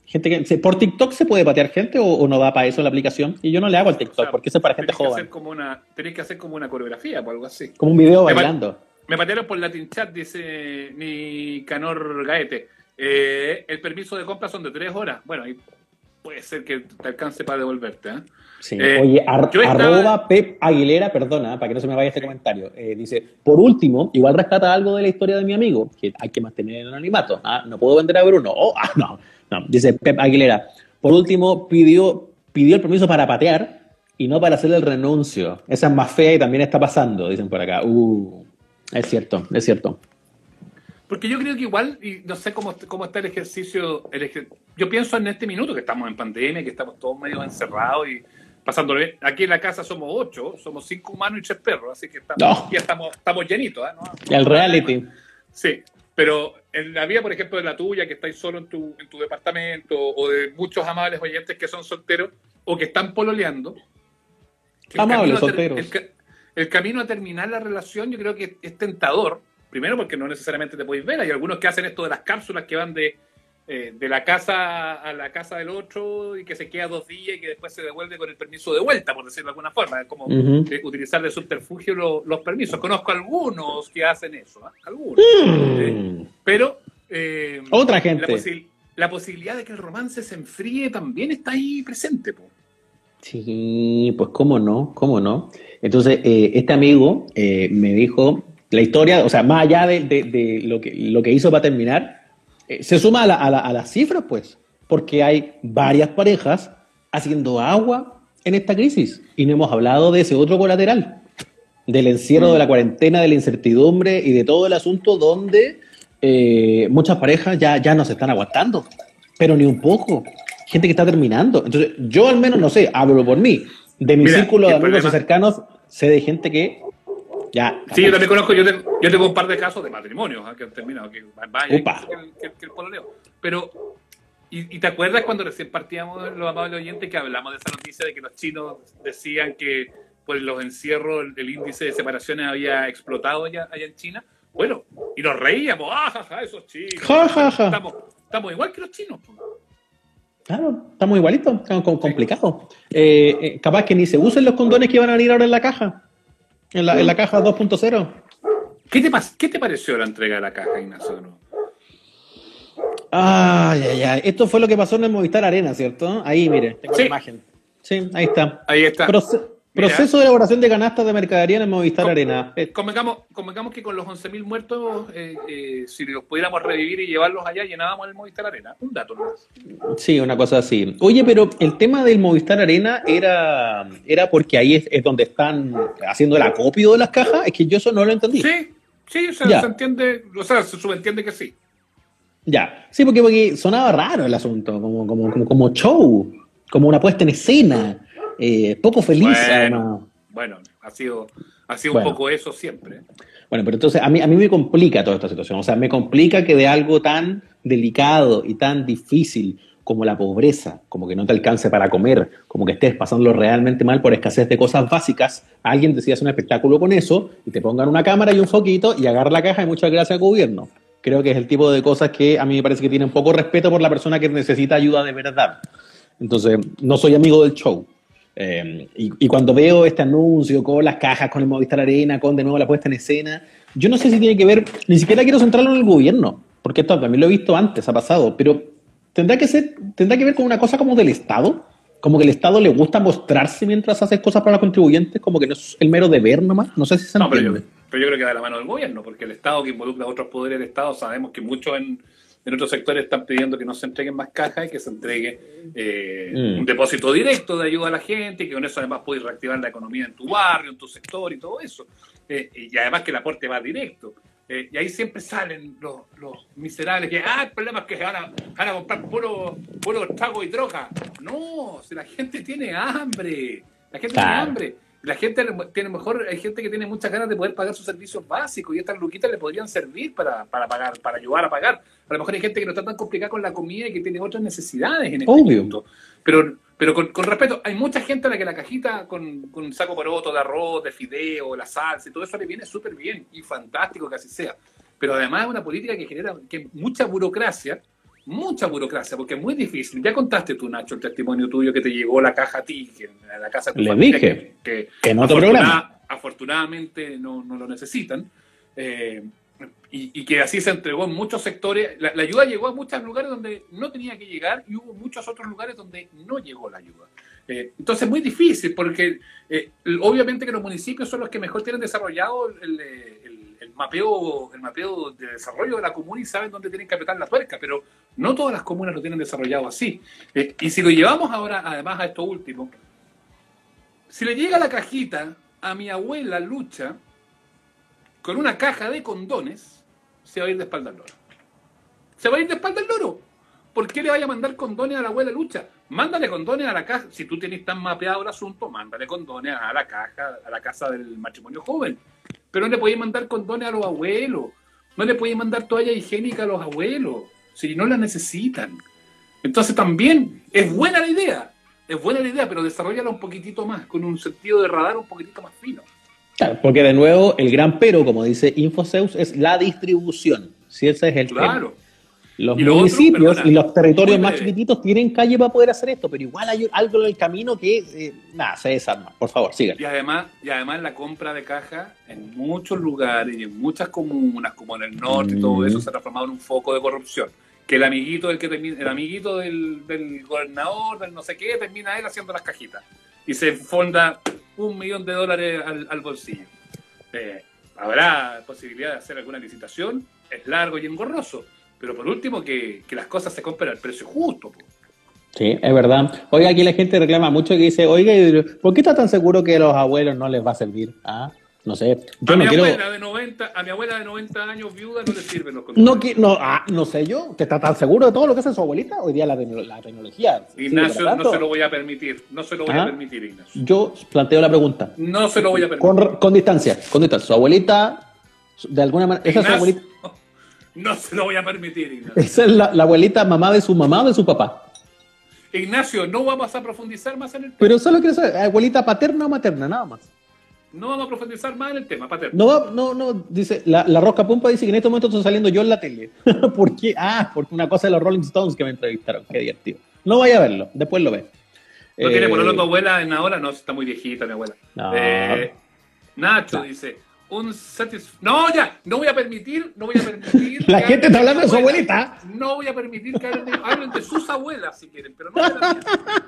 Gente que, ¿por TikTok se puede patear gente o, o no va para eso la aplicación? Y yo no le hago al TikTok, O sea, porque eso es para gente tenés que joven. hacer como una, tenés que hacer como una coreografía o algo así. Como un video Me pa- bailando. Me patearon por Latin Chat, dice Nicanor Gaete. Eh, el permiso de compra son de tres horas. Bueno, ahí puede ser que te alcance para devolverte. ¿eh? Sí. Eh, Oye, ar- yo estaba- arroba Pep Aguilera, perdona, para que no se me vaya este comentario. Eh, dice, por último, igual rescata algo de la historia de mi amigo, que hay que mantener el anonimato. ¿ah? No puedo vender a Bruno. Oh, ah, no, no. Dice Pep Aguilera, por último, pidió, pidió el permiso para patear y no para hacer el renuncio. Esa es más fea y también está pasando, dicen por acá. Uh, es cierto, es cierto. Porque yo creo que igual, y no sé cómo, cómo está el ejercicio, el ejer- yo pienso en este minuto que estamos en pandemia, que estamos todos medio encerrados y pasándolo bien. Aquí en la casa somos ocho, somos cinco humanos y tres perros, así que estamos, No. ya estamos, estamos llenitos. ¿eh? No- El no- reality. Sí, pero en la vida, por ejemplo, de la tuya, que estáis solo en tu, en tu departamento, o de muchos amables oyentes que son solteros o que están pololeando, el Amables, camino a ter- solteros. El, ca- el camino a terminar la relación yo creo que es tentador. Primero porque no necesariamente te podéis ver. Hay algunos que hacen esto de las cápsulas que van de, eh, de la casa a la casa del otro y que se queda dos días y que después se devuelve con el permiso de vuelta, por decirlo de alguna forma. Es como Ujú. eh, utilizar de subterfugio lo- los permisos. Conozco algunos que hacen eso, ¿eh? Algunos. Eh, Mm. pero eh, Otra la, gente. posi- la posibilidad de que el romance se enfríe también está ahí presente. Po. Sí, pues cómo no, cómo no. Entonces, eh, este amigo eh, me dijo la historia, o sea, más allá de, de- de lo, que, lo que hizo para terminar, eh, se suma a, la- a la- a las cifras, pues, porque hay varias parejas haciendo agua en esta crisis y no hemos hablado de ese otro colateral, del encierro, de la cuarentena, de la incertidumbre y de todo el asunto donde eh, muchas parejas ya, ya no se están aguantando, pero ni un poco. Gente que está terminando. Entonces, yo al menos, no sé, hablo por mí. De mi Mira, círculo de el amigos problema- y cercanos, sé de gente que ya... Sí, yo también conozco, yo tengo, yo tengo un par de casos de matrimonios ¿eh? que han terminado, que vaya Upa. que, el- que, que el pololeo. Pero, y, y te acuerdas cuando recién partíamos los amables oyentes que hablamos de esa noticia de que los chinos decían que por los encierros el, el índice de separaciones había explotado allá, allá en China? Bueno, y nos reíamos, ¡ah, ja, ja, esos chinos! Ja, ja, ja. Estamos, estamos igual que los chinos. Po. Claro, estamos igualitos, estamos com- complicados. Eh, eh, capaz que ni se usen los condones que van a venir ahora en la caja. En la, en la caja dos punto cero. ¿Qué te, pas- ¿Qué te pareció la entrega de la caja, Ignacio? ¿No? Ay, ay, ay. Esto fue lo que pasó en el Movistar Arena, ¿cierto? Ahí, mire, tengo Sí. la imagen. Sí, ahí está. Ahí está. Proce- Mira. proceso de elaboración de canastas de mercadería en el Movistar Com- Arena. Eh, Convengamos, convengamos que con los once mil muertos, eh, eh, si los pudiéramos revivir y llevarlos allá, llenábamos el Movistar Arena. Un dato nomás. Sí, una cosa así. Oye, pero el tema del Movistar Arena era, era porque ahí es, es donde están haciendo el acopio de las cajas. Es que yo eso no lo entendí. Sí, sí, se, Ya. se entiende, o sea, se subentiende que sí. Ya, sí, porque, porque sonaba raro el asunto, como, como, como, como show, como una puesta en escena, eh, poco feliz Bueno. además. Bueno, ha sido, ha sido Bueno. un poco eso siempre. Bueno, pero entonces a mí, a mí me complica toda esta situación, o sea, me complica que de algo tan delicado y tan difícil como la pobreza, como que no te alcance para comer, como que estés pasándolo realmente mal por escasez de cosas básicas, alguien decida hacer un espectáculo con eso y te pongan una cámara y un foquito y agarra la caja y muchas gracias al gobierno. Creo que es el tipo de cosas que a mí me parece que tienen poco respeto por la persona que necesita ayuda de verdad. Entonces, no soy amigo del show. Eh, y, y cuando veo este anuncio con las cajas, con el Movistar Arena, con de nuevo la puesta en escena, yo no sé si tiene que ver, ni siquiera quiero centrarlo en el gobierno, porque esto también lo he visto antes, ha pasado, pero tendrá que ser, tendrá que ver con una cosa como del Estado, como que el Estado le gusta mostrarse mientras hace cosas para los contribuyentes, como que no es el mero deber nomás, no sé si se No, pero yo, entiende. pero yo creo que da la mano del gobierno, porque el Estado que involucra a otros poderes del Estado, sabemos que muchos en, en otros sectores están pidiendo que no se entreguen más cajas y que se entregue eh, Mm. un depósito directo de ayuda a la gente, y que con eso además puedes reactivar la economía en tu barrio, en tu sector y todo eso. Eh, y además que el aporte va directo. Eh, y ahí siempre salen los, los miserables que, ah, el problema es que se van a, van a comprar puro, puro trago y droga. No, si la gente tiene hambre, la gente Claro. tiene hambre. La gente tiene mejor, hay gente que tiene muchas ganas de poder pagar sus servicios básicos y estas luquitas le podrían servir para, para pagar, para ayudar a pagar. A lo mejor hay gente que no está tan complicada con la comida y que tiene otras necesidades en este Obvio. punto. Pero, pero con, con respeto, hay mucha gente a la que la cajita con, con un saco poroto de arroz, de fideo, la salsa y todo eso le viene súper bien y fantástico que así sea. Pero además es una política que genera que mucha burocracia mucha burocracia, porque es muy difícil. Ya contaste tú, Nacho, el testimonio tuyo que te llegó la caja a ti, que a la casa de tu Le familia, dije que, que, que no te afortuna- programa. afortunadamente no, no lo necesitan. Eh, y, y que así se entregó en muchos sectores. La, la ayuda llegó a muchos lugares donde no tenía que llegar y hubo muchos otros lugares donde no llegó la ayuda. Eh, entonces es muy difícil porque eh, obviamente que los municipios son los que mejor tienen desarrollado el, el, el mapeo el mapeo de desarrollo de la comuna y saben dónde tienen que apretar la tuerca, pero no todas las comunas lo tienen desarrollado así. Eh, y si lo llevamos ahora además a esto último, si le llega la cajita a mi abuela Lucha con una caja de condones, se va a ir de espalda al loro. Se va a ir de espalda al loro. ¿Por qué le vaya a mandar condones a la abuela Lucha? Mándale condones a la caja. Si tú tienes tan mapeado el asunto, mándale condones a la caja, a la casa del matrimonio joven. Pero no le podéis mandar condones a los abuelos. No le podéis mandar toalla higiénica a los abuelos. Si no la necesitan. Entonces también es buena la idea. Es buena la idea, pero desarrollala un poquitito más, con un sentido de radar un poquitito más fino. Claro, porque de nuevo, el gran pero, como dice Infoseus, es la distribución. Si ese es el Claro. tema. Los Y lo municipios otro, perdona, y los territorios muy más breve. chiquititos tienen calle para poder hacer esto, pero igual hay algo en el camino que, eh, nada, se desarma. Por favor, sigan. Y además, y además la compra de caja en muchos lugares y en muchas comunas, como en el norte y todo Mm. eso, se ha transformado en un foco de corrupción. Que el amiguito del que termina, el amiguito del, del gobernador, del no sé qué, termina él haciendo las cajitas. Y se fonda un millón de dólares al, al bolsillo. Eh, habrá posibilidad de hacer alguna licitación, es largo y engorroso, pero por último que, que las cosas se compren al precio justo. Po. Sí, es verdad. Oiga, aquí la gente reclama mucho que dice, oiga, ¿por qué está tan seguro que a los abuelos no les va a servir? Ah, no sé. Yo A no mi quiero... abuela de noventa, a mi abuela de noventa años viuda no le sirven los condones. No, que, no, ah, no sé yo, ¿te está tan seguro de todo lo que hace su abuelita? Hoy día la, tecno- la tecnología. Ignacio, sigue para no tanto. se lo voy a permitir, no se lo voy ¿Ah? a permitir, Ignacio. Yo planteo la pregunta. No se lo voy a permitir. Con, con distancia, con distancia. Su abuelita, de alguna manera, esa es su Ignacio, abuelita. no se lo voy a permitir, Ignacio. Esa es la, la abuelita mamá de su mamá o de su papá. Ignacio, no vamos a profundizar más en el tema. Pero solo quiero saber, ¿abuelita paterna o materna? Nada más. No vamos a profundizar más en el tema, paterno. No, va- no, no, dice, la, la Rosca Pumpa dice que en este momento estoy saliendo yo en la tele. ¿Por qué? Ah, porque una cosa de los Rolling Stones que me entrevistaron. Qué divertido. No vaya a verlo, después lo ve. ¿No Eh, tiene por lo tu abuela en ahora? No, está muy viejita mi abuela. No. Eh, Nacho No. dice, un satis... No, ya, no voy a permitir, no voy a permitir... La que gente hablen está hablando de su abuela. abuelita. No voy a permitir que hablen de, hablen de sus abuelas, si quieren, pero no de la mía.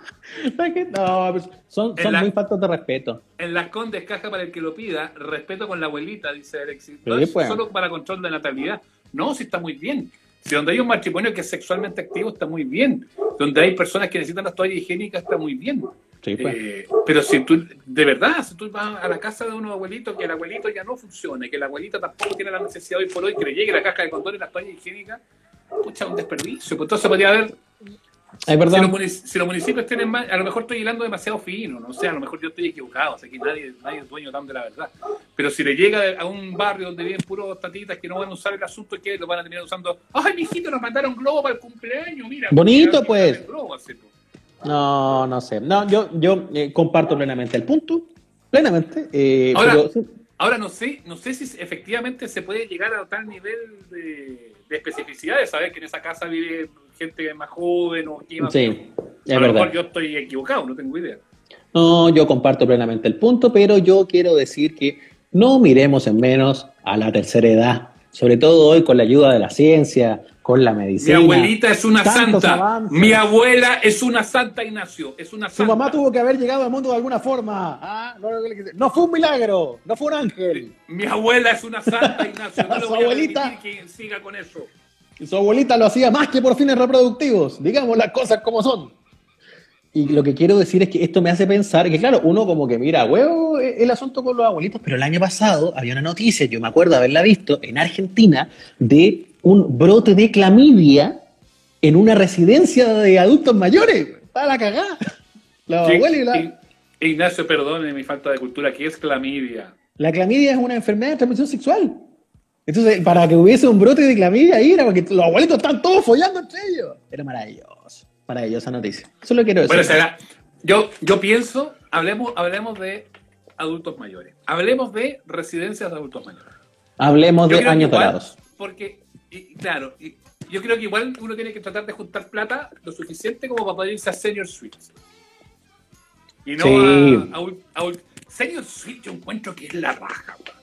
La gente- no, pues, son, En son la- muy faltas de respeto. En Las Condes, caja para el que lo pida, respeto con la abuelita, dice Alexis. Sí, No es pues. solo para control de natalidad. No, sí está muy bien. Si donde hay un matrimonio que es sexualmente activo, está muy bien. Donde hay personas que necesitan las toallas higiénicas, está muy bien. Sí, pues. Eh, pero si tú, de verdad, si tú vas a la casa de unos abuelitos, que el abuelito ya no funcione, que la abuelita tampoco tiene la necesidad hoy por hoy, que le llegue la caja de condones y las toallas higiénicas, pucha, un desperdicio. Pues entonces podría haber... Es verdad. Si los, munic- si los municipios tienen más, a lo mejor estoy hilando demasiado fino, no sé, a lo mejor yo estoy equivocado, o sea, que nadie, nadie es dueño tan de la verdad. Pero si le llega a un barrio donde viven puros tatitas que no van a usar el asunto, que lo van a terminar usando, ¡ay, mijito, nos mandaron globo para el cumpleaños! Mira, Bonito, mira, pues. el globo, así, pues. No, no sé. No, yo, yo eh, comparto plenamente el punto. Plenamente. eh, Ahora- pero sí, Ahora no sé, no sé si efectivamente se puede llegar a tal nivel de, de especificidad de saber que en esa casa vive gente más joven o que más- sí, es a lo verdad. mejor yo estoy equivocado, no tengo idea. No, yo comparto plenamente el punto, pero yo quiero decir que no miremos en menos a la tercera edad, sobre todo hoy con la ayuda de la ciencia, con la Mi medicina. abuelita es una tantos santa. avances. Mi abuela es una santa, Ignacio. Es una Su santa. mamá tuvo que haber llegado al mundo de alguna forma. Ah, no, no, no fue un milagro, no fue un ángel. Mi abuela es una santa, Ignacio. No le Su voy a abuelita- permitir que siga con eso. Y su abuelita lo hacía más que por fines reproductivos, digamos las cosas como son. Y lo que quiero decir es que esto me hace pensar que, claro, uno como que mira, huevo, el asunto con los abuelitos, pero el año pasado había una noticia, yo me acuerdo haberla visto, en Argentina, de un brote de clamidia en una residencia de adultos mayores. Estaba la cagada. La Sí, abuela y la... I- Ignacio, perdone mi falta de cultura. ¿Qué es clamidia? La clamidia es una enfermedad de transmisión sexual. Entonces, para que hubiese un brote de clamidia ahí, era porque los abuelitos están todos follando entre ellos. Era maravilloso. Maravillosa noticia. Eso lo quiero decir. Bueno, será. Yo, yo pienso, hablemos, hablemos de adultos mayores. Hablemos de residencias de adultos mayores. Hablemos Yo de creo que años igual, dorados. Porque, y, claro, y yo creo que igual uno tiene que tratar de juntar plata lo suficiente como para poder irse a Senior Suites. Y no sí. a, a, a Senior Suites yo encuentro que es la raja, weón.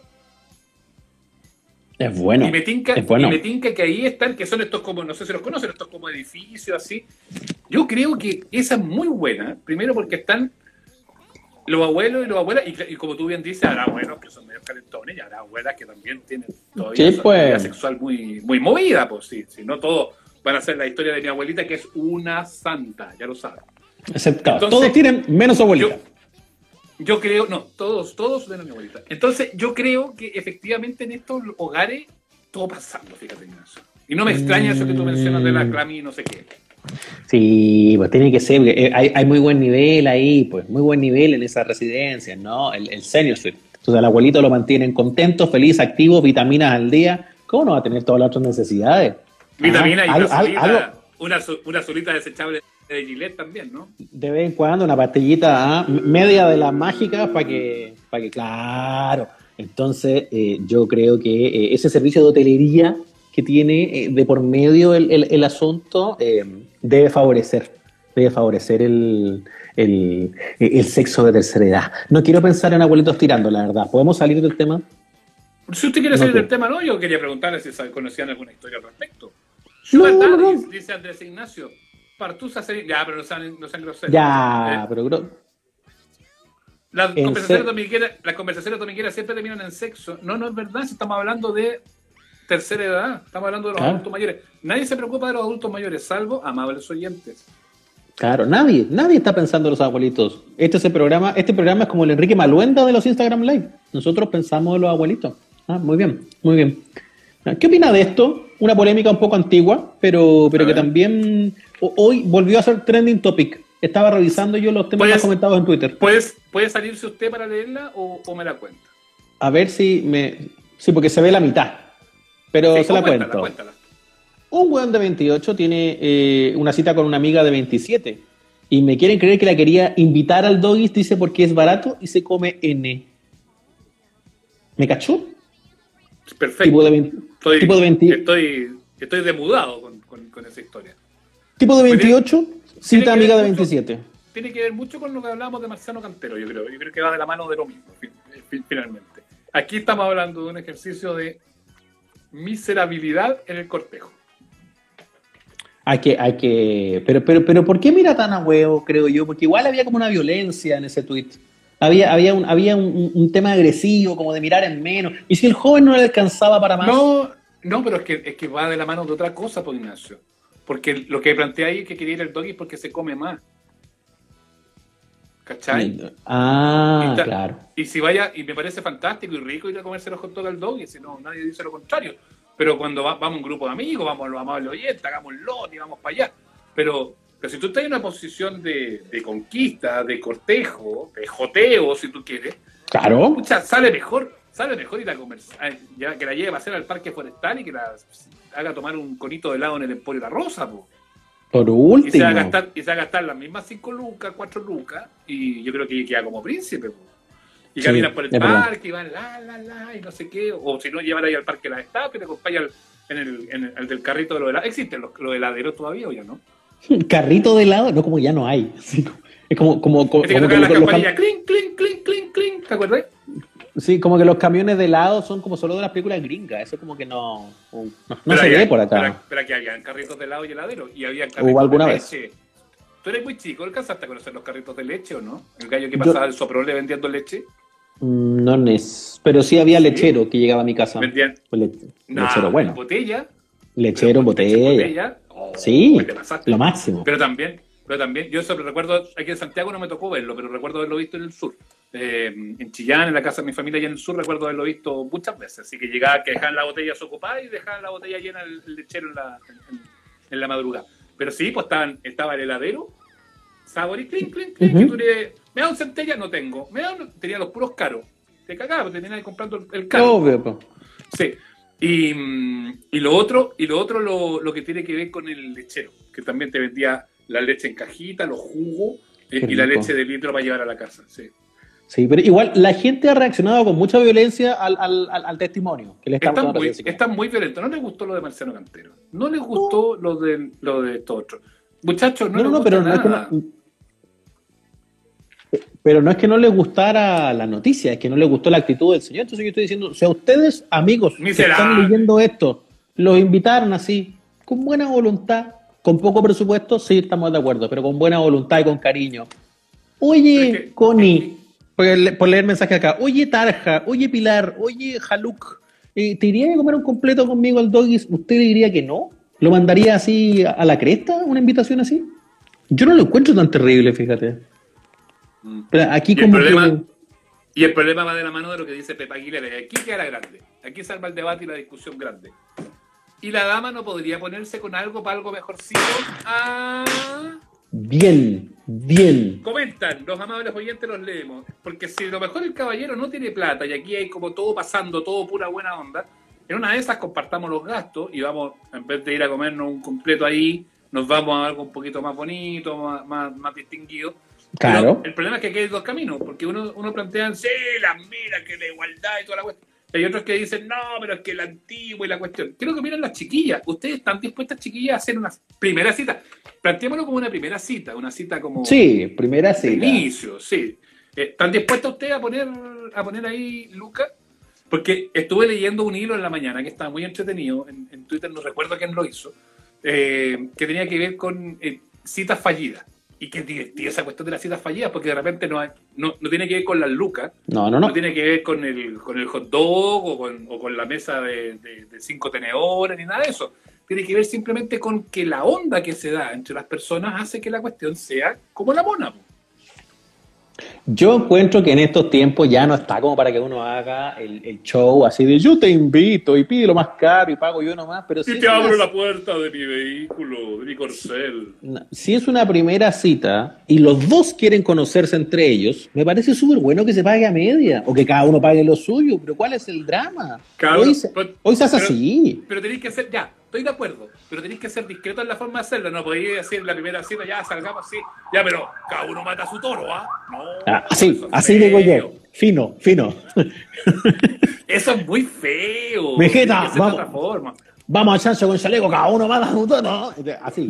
Es bueno. Y me, tinca, es bueno. y me tinca que ahí están, que son estos como, no sé si los conocen, estos como edificios así. Yo creo que esa es muy buena, primero porque están los abuelos y los abuelas, y, y como tú bien dices, habrá abuelos que son medio calentones y habrá abuelas que también tienen todavía sí, una pues. vida sexual muy, muy movida, pues sí, si no todos van a ser la historia de mi abuelita, que es una santa, ya lo saben. Excepto, todos tienen menos abuelita. Yo, Yo creo, no, todos, todos menos mi abuelita. Entonces, yo creo que efectivamente en estos hogares todo pasando, fíjate, Ignacio. Y no me extraña eso que tú mencionas de la clami y no sé qué. Sí, pues tiene que ser, hay, hay muy buen nivel ahí, pues muy buen nivel en esas residencias, ¿no? El, el senior suite. Entonces al abuelito lo mantienen contento, feliz, activo, vitaminas al día. ¿Cómo no va a tener todas las otras necesidades? Vitaminas ah, y una algo, solita, algo, una, una solita desechable de Gillette también, ¿no? De vez en cuando una pastillita ¿ah? media de las mágicas para que, para que, claro. Entonces eh, yo creo que eh, ese servicio de hotelería que tiene eh, de por medio el, el, el asunto eh, debe favorecer, debe favorecer el, el, el sexo de tercera edad. No quiero pensar en abuelitos tirando, la verdad. ¿Podemos salir del tema? Si usted quiere No salir te... del tema, no, yo quería preguntarle si conocían alguna historia al respecto. No, verdad, no, no. Dice, dice Andrés Ignacio. Partusa sería... Ya, pero no sean, no sean groseros. Ya, eh, pero... Bro... Las conversaciones, domingueras, las conversaciones domingueras siempre terminan en sexo. No, no es verdad, si estamos hablando de tercera edad, estamos hablando de los claro. adultos mayores. Nadie se preocupa de los adultos mayores, salvo amables oyentes. Claro, nadie, nadie está pensando en los abuelitos. Este es el programa, este programa es como el Enrique Maluenda de los Instagram Live. Nosotros pensamos en los abuelitos. Ah, muy bien, muy bien. ¿Qué opina de esto? Una polémica un poco antigua, pero, pero que también hoy volvió a ser trending topic. Estaba revisando yo los temas más comentados en Twitter. ¿Puedes, ¿Puede salirse usted para leerla o, o me la cuenta? A ver si me... Sí, porque se ve la mitad. Pero sí, se la cuéntala, cuento. Cuéntala. Un weón de veintiocho tiene eh, una cita con una amiga de veintisiete. Y me quieren creer que la quería invitar al Doggies, dice, porque es barato y se come N. ¿Me cachó? Perfecto. Tipo de, veinte, estoy, tipo de veinte, estoy, estoy demudado con, con, con esa historia. Tipo de veintiocho, cita amiga de veintisiete. Mucho, tiene que ver mucho con lo que hablábamos de Marciano Cantero, yo creo. Yo creo que va de la mano de lo mismo, finalmente. Aquí estamos hablando de un ejercicio de miserabilidad en el cortejo. Hay que, hay que, pero, pero, pero, ¿por qué mira tan a huevo, creo yo? Porque igual había como una violencia en ese tuit. Había, había, un, había un, un tema agresivo, como de mirar en menos. ¿Y si el joven no le alcanzaba para más? No, no, pero es que, es que va de la mano de otra cosa, pues, Ignacio. Porque lo que plantea ahí es que quería ir al Doggy porque se come más. ¿Cachai? Ah, y está, claro. Y si vaya, y me parece fantástico y rico ir a comerse los hot dogs al Doggy, si no, nadie dice lo contrario. Pero cuando va, vamos un grupo de amigos, vamos a los amables oyentes, hagamos lot y vamos para allá. Pero, pero si tú estás en una posición de, de conquista, de cortejo, de joteo, si tú quieres, claro, mucha, sale mejor, sale mejor ir a comer, ya, que la lleve a hacer al parque forestal y que la haga tomar un conito de helado en el Emporio La Rosa, po. Por último. Y se va a gastar, y se va a gastar las mismas cinco lucas, cuatro lucas, y yo creo que queda como príncipe, po. Y sí, caminan por el parque, y van la, la, la, y no sé qué. O si no, llevan ahí al parque la estatua y te acompañan en el, en el, el del carrito de los helados. ¿Existen los, los heladeros todavía o ya no? ¿Carrito de helado? No, como ya no hay. Sí, es como... como, como, este que como toca que la los, campanilla, los, clink, clink, clink, clink, clink, ¿te acuerdas? Sí, como que los camiones de helado son como solo de las películas gringas. Eso como que no, no, no se había, ve por acá. Pero, pero aquí habían carritos de helado y heladeros. Y había carritos ¿Hubo alguna de vez? leche. ¿Tú eres muy chico? ¿Alcanzaste a conocer los carritos de leche o no? ¿El gallo que pasaba del soprole vendiendo leche? No es, pero sí había lechero sí. que llegaba a mi casa. Vendían. Le, nah, lechero bueno. ¿En botella? Lechero en botella. botella. Oh, sí, lo máximo. Pero también, pero también, yo eso recuerdo, aquí en Santiago no me tocó verlo, pero recuerdo haberlo visto en el sur. Eh, en Chillán, en la casa de mi familia allá en el sur, recuerdo haberlo visto muchas veces. Así que llegaba que dejaban la botella ocupada y dejaban la botella llena el, el lechero en la, en, en la madrugada. Pero sí, pues estaban, estaba el heladero, sabor y clink, clink, clink, uh-huh. y tú le, me da un centella, no tengo. Me da un, tenía los puros caros. Te cagaba, te tenías comprando el caro. Obvio. Sí. Y, y lo otro, y lo otro lo, lo que tiene que ver con el lechero, que también te vendía la leche en cajita, los jugos eh, y la leche de litro para llevar a la casa. Sí. Sí, pero igual la gente ha reaccionado con mucha violencia al, al, al, al testimonio que le estamos Están dando. muy, están muy violentos. No les gustó lo de Marciano Cantero. No les gustó lo de, lo de estos otros. Muchachos, no, No, no, les no, gusta pero no es que nada. no, pero no es que no les gustara la noticia, es que no les gustó la actitud del señor. Entonces yo estoy diciendo, si a ustedes, amigos, que Miserable. están leyendo esto, los invitaron así, con buena voluntad, con poco presupuesto, sí, estamos de acuerdo, pero con buena voluntad y con cariño. Oye, Es que- Connie, por, le- por leer mensaje acá, oye, Tarja, oye, Pilar, oye, Jaluk, eh, ¿te iría a comer un completo conmigo al Doggies? ¿Usted diría que no? ¿Lo mandaría así a, a la cresta, una invitación así? Yo no lo encuentro tan terrible, fíjate. Mm. Pero aquí Y el como problema- que... Y el problema va de la mano de lo que dice Pepa Aguilera. y Aquí queda grande. Aquí salva el debate y la discusión grande. Y la dama no podría ponerse con algo para algo mejorcito. Ah, Bien, bien. comentan, los amables oyentes los leemos. Porque si lo mejor el caballero no tiene plata y aquí hay como todo pasando, todo pura buena onda, en una de esas compartamos los gastos y vamos, en vez de ir a comernos un completo ahí, nos vamos a algo un poquito más bonito, más, más, más distinguido. Claro. Pero el problema es que aquí hay dos caminos, porque uno, uno plantea, sí, la mira, que la igualdad y toda la cuestión. Hay otros que dicen, no, pero es que la antigua y la cuestión. Quiero que miren las chiquillas. ¿Ustedes están dispuestas, chiquillas, a hacer una primera cita? Planteémoslo como una primera cita, una cita como Sí, primera de cita. inicio, sí. ¿Están dispuestas ustedes a poner, a poner ahí, Luca? Porque estuve leyendo un hilo en la mañana que estaba muy entretenido, en, en Twitter, no recuerdo quién lo hizo, eh, que tenía que ver con eh, citas fallidas. Y qué divertida esa cuestión de las citas fallidas, porque de repente no, hay, no, no tiene que ver con las lucas, No, no, no, no. tiene que ver con el, con el hot dog o con, o con la mesa de, de, de cinco tenedores, ni nada de eso. Tiene que ver simplemente con que la onda que se da entre las personas hace que la cuestión sea como la mona. Yo encuentro que en estos tiempos ya no está como para que uno haga el, el show así de yo te invito y pide lo más caro y pago yo nomás, pero Si si te es, abro una, la puerta de mi vehículo, de mi corcel. si es una primera cita y los dos quieren conocerse entre ellos, me parece súper bueno que se pague a media o que cada uno pague lo suyo, pero ¿cuál es el drama? Cabrón, hoy, se, pero- hoy se hace pero- así. Pero tenéis que ser, ya, estoy de acuerdo, pero tenéis que ser discreto en la forma de hacerlo. No podéis decir la primera cita, ya salgamos así, ya, pero cada uno mata a su toro, ¿ah? No, Ah, así, eso es así feo. digo yo. Fino, fino. Eso es muy feo. Mijita, Tiene que ser de vamos. otra forma. Vamos al chancho con chaleco, cada uno mata a su tono. Así.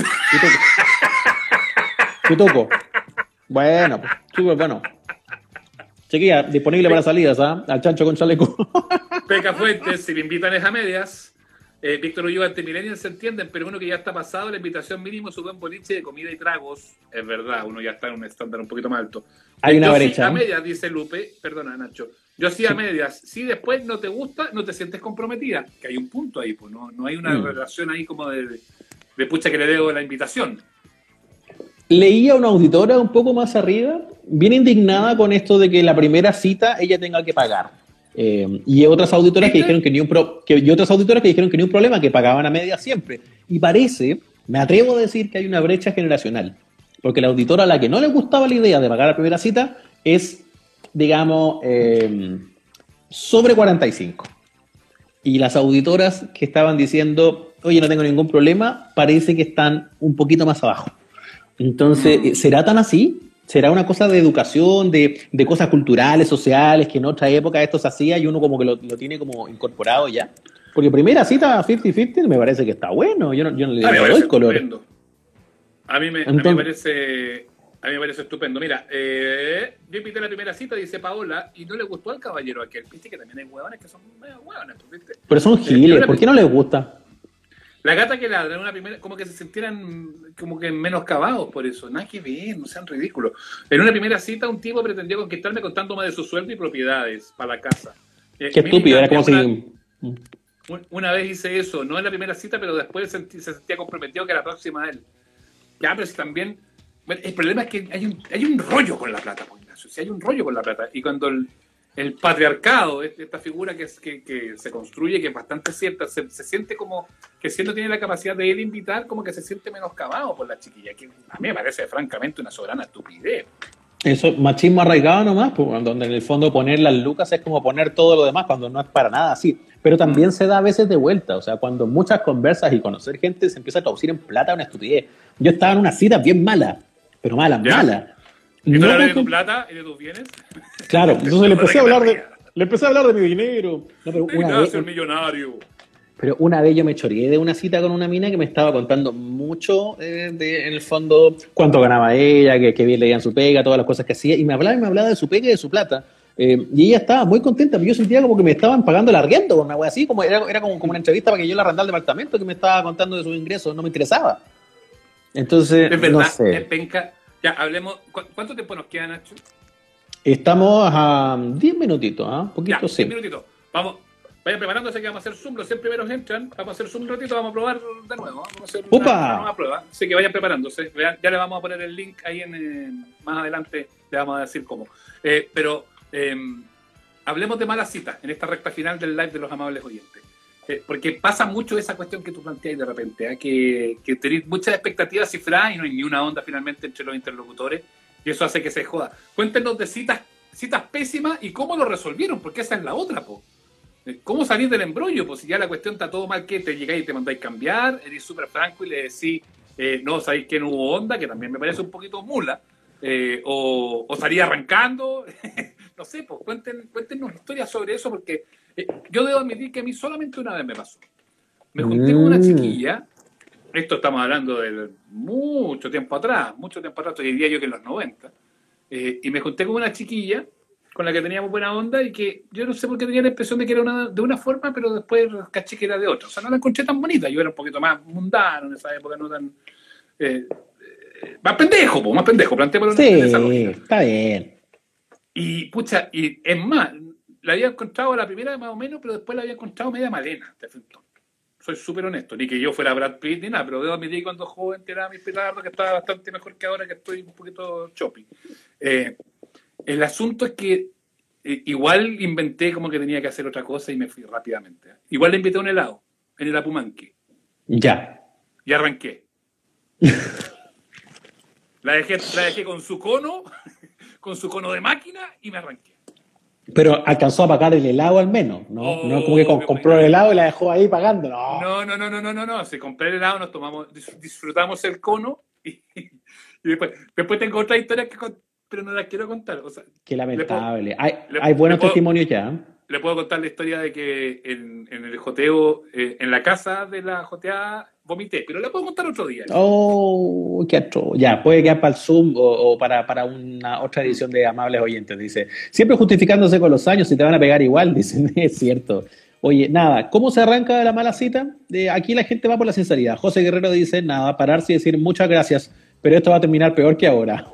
Te toco. Bueno, pues, súper bueno. Chiquilla, disponible para salidas, ¿ah? Al chancho con chaleco. Peca Fuentes, si me invitan es a medias. Eh, Víctor Ulloa, ante Millennials se entienden, pero uno que ya está pasado, la invitación mínimo es un buen boliche de comida y tragos. Es verdad, uno ya está en un estándar un poquito más alto. Hay una Yo brecha. Sí a ¿eh? medias, dice Lupe, perdona Nacho. Yo sí a medias. Si después no te gusta, no te sientes comprometida. Que hay un punto ahí, pues no, no hay una Mm. relación ahí como de, de, de pucha que le debo la invitación. Leía una auditora un poco más arriba, bien indignada con esto de que la primera cita ella tenga que pagar. Eh, y otras auditoras que ¿Viste? dijeron que ni un pro, que, y otras auditoras que dijeron que ni un problema, que pagaban a media siempre. Y parece, me atrevo a decir que hay una brecha generacional. Porque la auditora a la que no le gustaba la idea de pagar la primera cita es, digamos, eh, sobre cuarenta y cinco. Y las auditoras que estaban diciendo, oye, no tengo ningún problema, parece que están un poquito más abajo. Entonces, ¿será tan así? ¿Será una cosa de educación, de, de cosas culturales, sociales, que en otra época esto se hacía y uno como que lo, lo tiene como incorporado ya? Porque primera cita cincuenta cincuenta me parece que está bueno, yo no, yo no le A mí me doy parece color. estupendo. A mí me, a mí Entonces- me parece... A mí me parece estupendo. Mira, eh, yo invité a la primera cita, dice Paola, y no le gustó al caballero aquel. Viste que también hay huevones que son medio huevones, ¿viste? Pero son Eh, giles, yo ¿por qué no les gusta? La gata que ladra en una primera, como que se sintieran como que menoscabados por eso. Nada que ver, no sean ridículos. En una primera cita, un tipo pretendió conquistarme contándome de su sueldo y propiedades para la casa. Eh, Qué mira, estúpido, era como una, si... un- una vez hice eso, no en la primera cita, pero después sentí- se sentía comprometido que la próxima a él. Ya, pero si también... Bueno, el problema es que hay un, hay un rollo con la plata, pues, Ignacio. Si hay un rollo con la plata. Y cuando el, el patriarcado, este- esta figura que, es, que, que se construye, que es bastante cierta, se, se siente como que si él no tiene la capacidad de él invitar, como que se siente menoscabado por la chiquilla, que a mí me parece francamente una soberana estupidez. Eso, machismo arraigado nomás, pues, donde en el fondo poner las lucas es como poner todo lo demás, cuando no es para nada así. Pero también Mm. se da a veces de vuelta, o sea, cuando muchas conversas y conocer gente se empieza a traducir en plata una estupidez. Yo estaba en una cita bien mala, pero mala, ¿Ya? mala. ¿Y tú No, le hablas de tu con- plata y de tus bienes? claro, entonces le empecé a Para que hablar me de, ría. le empecé a hablar de mi dinero. No, pero Sí, una te vas a vez, ser millonario. pero una vez yo me choreé de una cita con una mina que me estaba contando mucho, eh, de, en el fondo, cuánto ganaba ella, que, que bien le iban su pega, todas las cosas que hacía, y me hablaba y me hablaba de su pega y de su plata. Eh, y ella estaba muy contenta, pero yo sentía como que me estaban pagando el arriendo, una wea así, como era, era como, como una entrevista para que yo le arrendara el departamento, que me estaba contando de sus ingresos, no me interesaba. Entonces, Es no verdad, es sé. penca. Ya, hablemos. ¿cu- ¿Cuánto tiempo nos queda, Nacho? Estamos a diez minutitos, ¿ah? Un Ya, poquito, diez sí. minutitos. Vamos, vayan preparándose que vamos a hacer Zoom. Los cien primeros entran. Vamos a hacer Zoom un ratito, vamos a probar de nuevo. ¿eh? Vamos a hacer una, ¡Upa! una nueva prueba. Así que vayan preparándose. Ya, ya le vamos a poner el link ahí en, eh, más adelante. Le vamos a decir cómo. Eh, pero eh, hablemos de malas citas en esta recta final del live de los amables oyentes. Eh, porque pasa mucho esa cuestión que tú planteas de repente, ¿eh? que, que tenés muchas expectativas cifradas y no hay ni una onda finalmente entre los interlocutores y eso hace que se joda. Cuéntenos de citas, citas pésimas y cómo lo resolvieron, porque esa es la otra, po. Eh, ¿Cómo salir del embrollo? Pues si ya la cuestión está todo mal, que te llegáis y te mandáis cambiar, eres súper franco y le decís, eh, no, sabéis que no hubo onda, que también me parece un poquito mula, eh, o, o salí arrancando, no sé, pues cuenten, cuéntenos historias sobre eso, porque eh, yo debo admitir que a mí solamente una vez me pasó. Me junté con una Mm. chiquilla, esto estamos hablando de mucho tiempo atrás, mucho tiempo atrás, te diría yo que en los noventa, eh, y me junté con una chiquilla con la que teníamos buena onda y que yo no sé por qué tenía la impresión de que era una, de una forma, pero después caché que era de otra. O sea, no la encontré tan bonita, yo era un poquito más mundano en esa época, no tan... Eh, eh, más pendejo, po, más pendejo, planteémoslo Sí, en esa lógica. está bien. Y, pucha, y es más, la había encontrado a la primera más o menos, pero después la había encontrado media malena, te afectó. Soy súper honesto, ni que yo fuera Brad Pitt ni nada, pero debo admitir que cuando joven tiraba mis petardos que estaba bastante mejor que ahora que estoy un poquito choppy. Eh, el asunto es que eh, igual inventé como que tenía que hacer otra cosa y me fui rápidamente. Igual le invité a un helado en el Apumanque Ya. y arranqué. La dejé, la dejé con su cono, con su cono de máquina y me arranqué. Pero alcanzó a pagar el helado al menos, ¿no? Oh, no como que com- compró el helado y la dejó ahí pagando, no. No, no, no, no, no, no, no. Si compré el helado, nos tomamos, dis- disfrutamos el cono y, y después, después tengo otra historia que con- pero no la quiero contar. O sea, Qué lamentable. Hay, le- hay buenos le puedo- testimonios ya. le puedo contar la historia de que en, en el joteo, eh, en la casa de la joteada, vomité, pero la puedo contar otro día. Oh, qué atro. Ya, puede quedar para el Zoom o, o para, para una otra edición de Amables Oyentes. Dice, siempre justificándose con los años, si te van a pegar igual, dicen, es cierto. Oye, nada, ¿cómo se arranca de la mala cita? De aquí la gente va por la sinceridad. José Guerrero dice, nada, pararse y decir muchas gracias, pero esto va a terminar peor que ahora.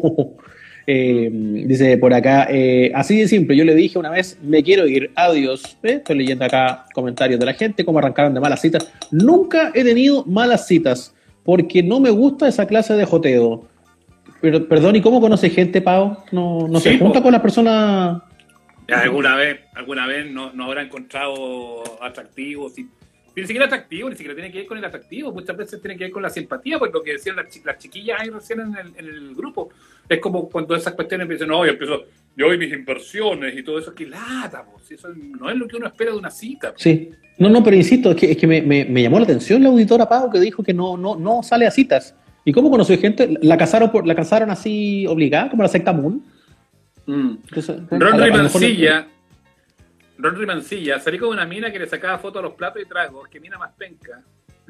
Eh, dice por acá, eh, así de simple, yo le dije una vez, me quiero ir, adiós. ¿Eh? Estoy leyendo acá comentarios de la gente, cómo arrancaron de malas citas. Nunca he tenido malas citas, porque no me gusta esa clase de joteo. Pero, perdón, ¿y cómo conoce gente, Pau? ¿No, no Sí, se junta po. con las personas? Ya alguna vez, alguna vez no, no habrá encontrado atractivo, si, ni siquiera atractivo, ni siquiera tiene que ver con el atractivo, muchas veces tiene que ver con la simpatía, pues lo que decían las, chi- las chiquillas ahí recién en el, en el grupo. Es como cuando esas cuestiones empiezan, no, yo empiezo, yo doy mis inversiones y todo eso, que lata, pues, eso no es lo que uno espera de una cita. Pues. Sí. No, no, pero insisto, es que, es que me, me, me llamó la atención la auditora Pau que dijo que no, no, no sale a citas. ¿Y cómo conoció gente? ¿La casaron, por, la casaron así obligada, como la secta Moon? Mm. Entonces, a Ron lo- a lo mejor- Rimancilla, Ron Rimancilla, salí con una mina que le sacaba fotos a los platos y tragos, que mina más penca.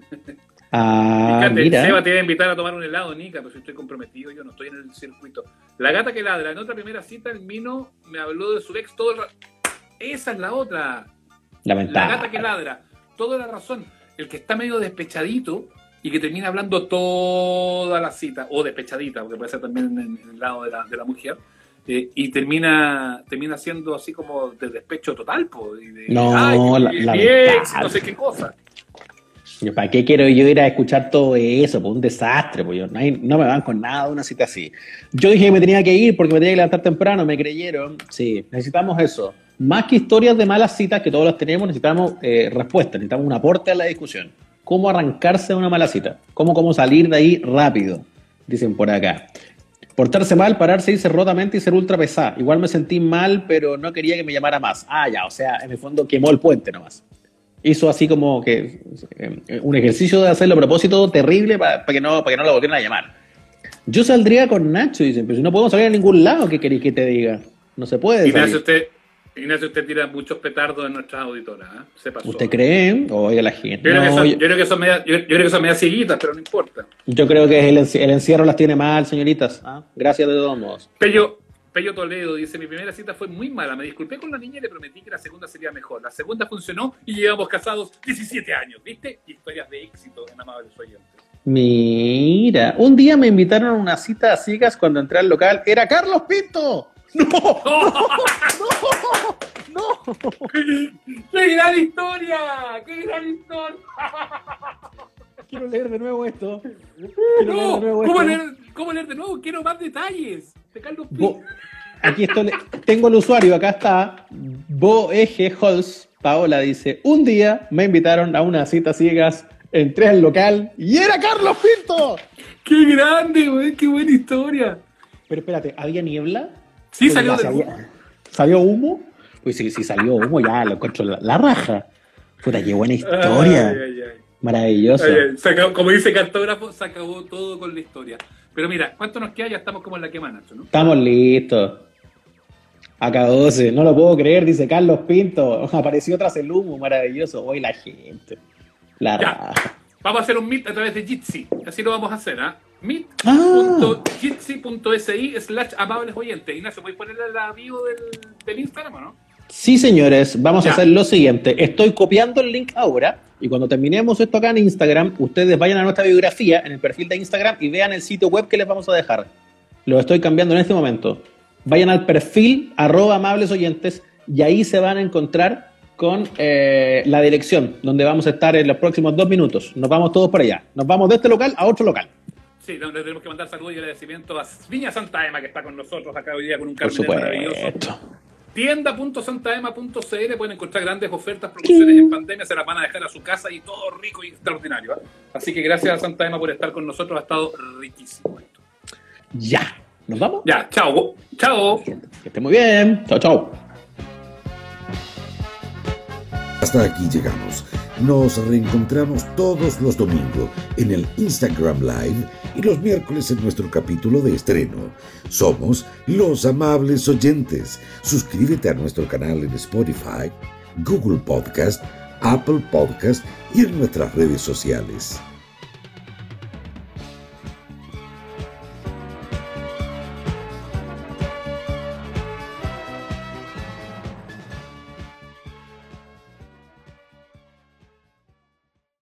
Ah, Fíjate, mira. Seba te iba a invitar a tomar un helado, Nica, pero si estoy comprometido, yo no estoy en el circuito. La gata que ladra, en otra primera cita, el Mino me habló de su ex todo el rato. Esa es la otra. La Lamentable. gata que ladra, toda la razón. El que está medio despechadito y que termina hablando toda la cita, o despechadita, porque puede ser también en, en el lado de la, de la mujer, eh, y termina termina siendo así como de despecho total, po, y de, No, ay, la- mi lamentable. ex, no sé qué cosa. Yo, ¿para qué quiero yo ir a escuchar todo eso? Pues un desastre, pues yo no, hay- no me van con nada de una cita así. Yo dije que me tenía que ir porque me tenía que levantar temprano, me creyeron. Sí, necesitamos eso. Más que historias de malas citas, que todos las tenemos, necesitamos eh, respuestas, necesitamos un aporte a la discusión. ¿Cómo arrancarse de una mala cita? ¿Cómo, cómo salir de ahí rápido? Dicen por acá. Portarse mal, pararse, irse rotamente y ser ultra pesada. Igual me sentí mal, pero no quería que me llamara más. Ah, ya, o sea, en el fondo quemó el puente nomás. Hizo así como que eh, un ejercicio de hacerlo a propósito terrible para, para que no para que no lo volvieran a llamar. Yo saldría con Nacho, dicen, pero si no podemos salir a ningún lado, ¿qué queréis que te diga? No se puede salir. Ignacio, usted, Ignacio, usted tira muchos petardos en nuestras auditoras, ¿eh? Se pasó. ¿Usted cree? Oiga, la gente. Yo creo, no, que, son, yo, yo creo que son media, yo, yo creo que son medias cieguitas, pero no importa. yo creo que el, enci- el encierro las tiene mal, señoritas. ¿Ah? Gracias de todos modos. Pello, Pello Toledo dice, mi primera cita fue muy mala, me disculpé con la niña y le prometí que la segunda sería mejor. La segunda funcionó y llevamos casados diecisiete años, ¿viste? Historias de éxito en Amables Oyentes. Mira, un día me invitaron a una cita a ciegas cuando entré al local. ¡Era Carlos Pinto! ¡No! ¡No! ¡No! ¡Qué gran historia! ¡Qué gran historia! Quiero leer de nuevo esto. Quiero No, leer de nuevo ¿cómo esto. leer, ¿Cómo leer de nuevo? Quiero más detalles. De Carlos Pinto. Bo- Aquí estoy, tengo el usuario, acá está. Boeg Holz, Paola dice, un día me invitaron a una cita ciegas, entré al local y era Carlos Pinto. ¡Qué grande, güey! ¡Qué buena historia! Pero espérate, ¿había niebla? Sí, Pues salió ya, de si había- ¿Salió humo? Pues sí, si salió humo ya lo encuentro la, la raja. Puta, qué buena historia. Ay, ay, ay. Maravilloso. Ay, ay, se acabó- como dice cartógrafo, se acabó todo con la historia. Pero mira, ¿cuánto nos queda? Ya estamos como en la quema, Nacho, ¿no? Estamos listos. Acabóse, no lo puedo creer, dice Carlos Pinto. Apareció tras el humo, maravilloso. Hoy la gente. La Ya. raja. Vamos a hacer un meet a través de Jitsi. Así lo vamos a hacer, ¿ah? meet Ah. punto jitsi punto s i slash amables oyentes. Ignacio, ¿puedes ponerle la bio del, del Instagram o no? Sí, señores, vamos Ya. a hacer lo siguiente. Estoy copiando el link ahora y cuando terminemos esto acá en Instagram, ustedes vayan a nuestra biografía en el perfil de Instagram y vean el sitio web que les vamos a dejar. Lo estoy cambiando en este momento. Vayan al perfil arroba amables oyentes y ahí se van a encontrar con eh, la dirección donde vamos a estar en los próximos dos minutos. Nos vamos todos por allá. Nos vamos de este local a otro local. Sí, no, le tenemos que mandar saludos y agradecimiento a Viña Santa Ema, que está con nosotros acá hoy día con un Por carnet maravilloso. supuesto. tienda punto santaema punto c l pueden encontrar grandes ofertas, promociones en pandemia, se las van a dejar a su casa y todo rico y extraordinario. ¿eh? Así que gracias a Santa Ema por estar con nosotros, ha estado riquísimo esto. Ya. ¿Nos vamos? Ya, chao, chao. Que esté muy bien. Chao, chao. Hasta aquí llegamos. Nos reencontramos todos los domingos en el Instagram Live y los miércoles en nuestro capítulo de estreno. Somos Los Amables Oyentes. Suscríbete a nuestro canal en Spotify, Google Podcast, Apple Podcast y en nuestras redes sociales.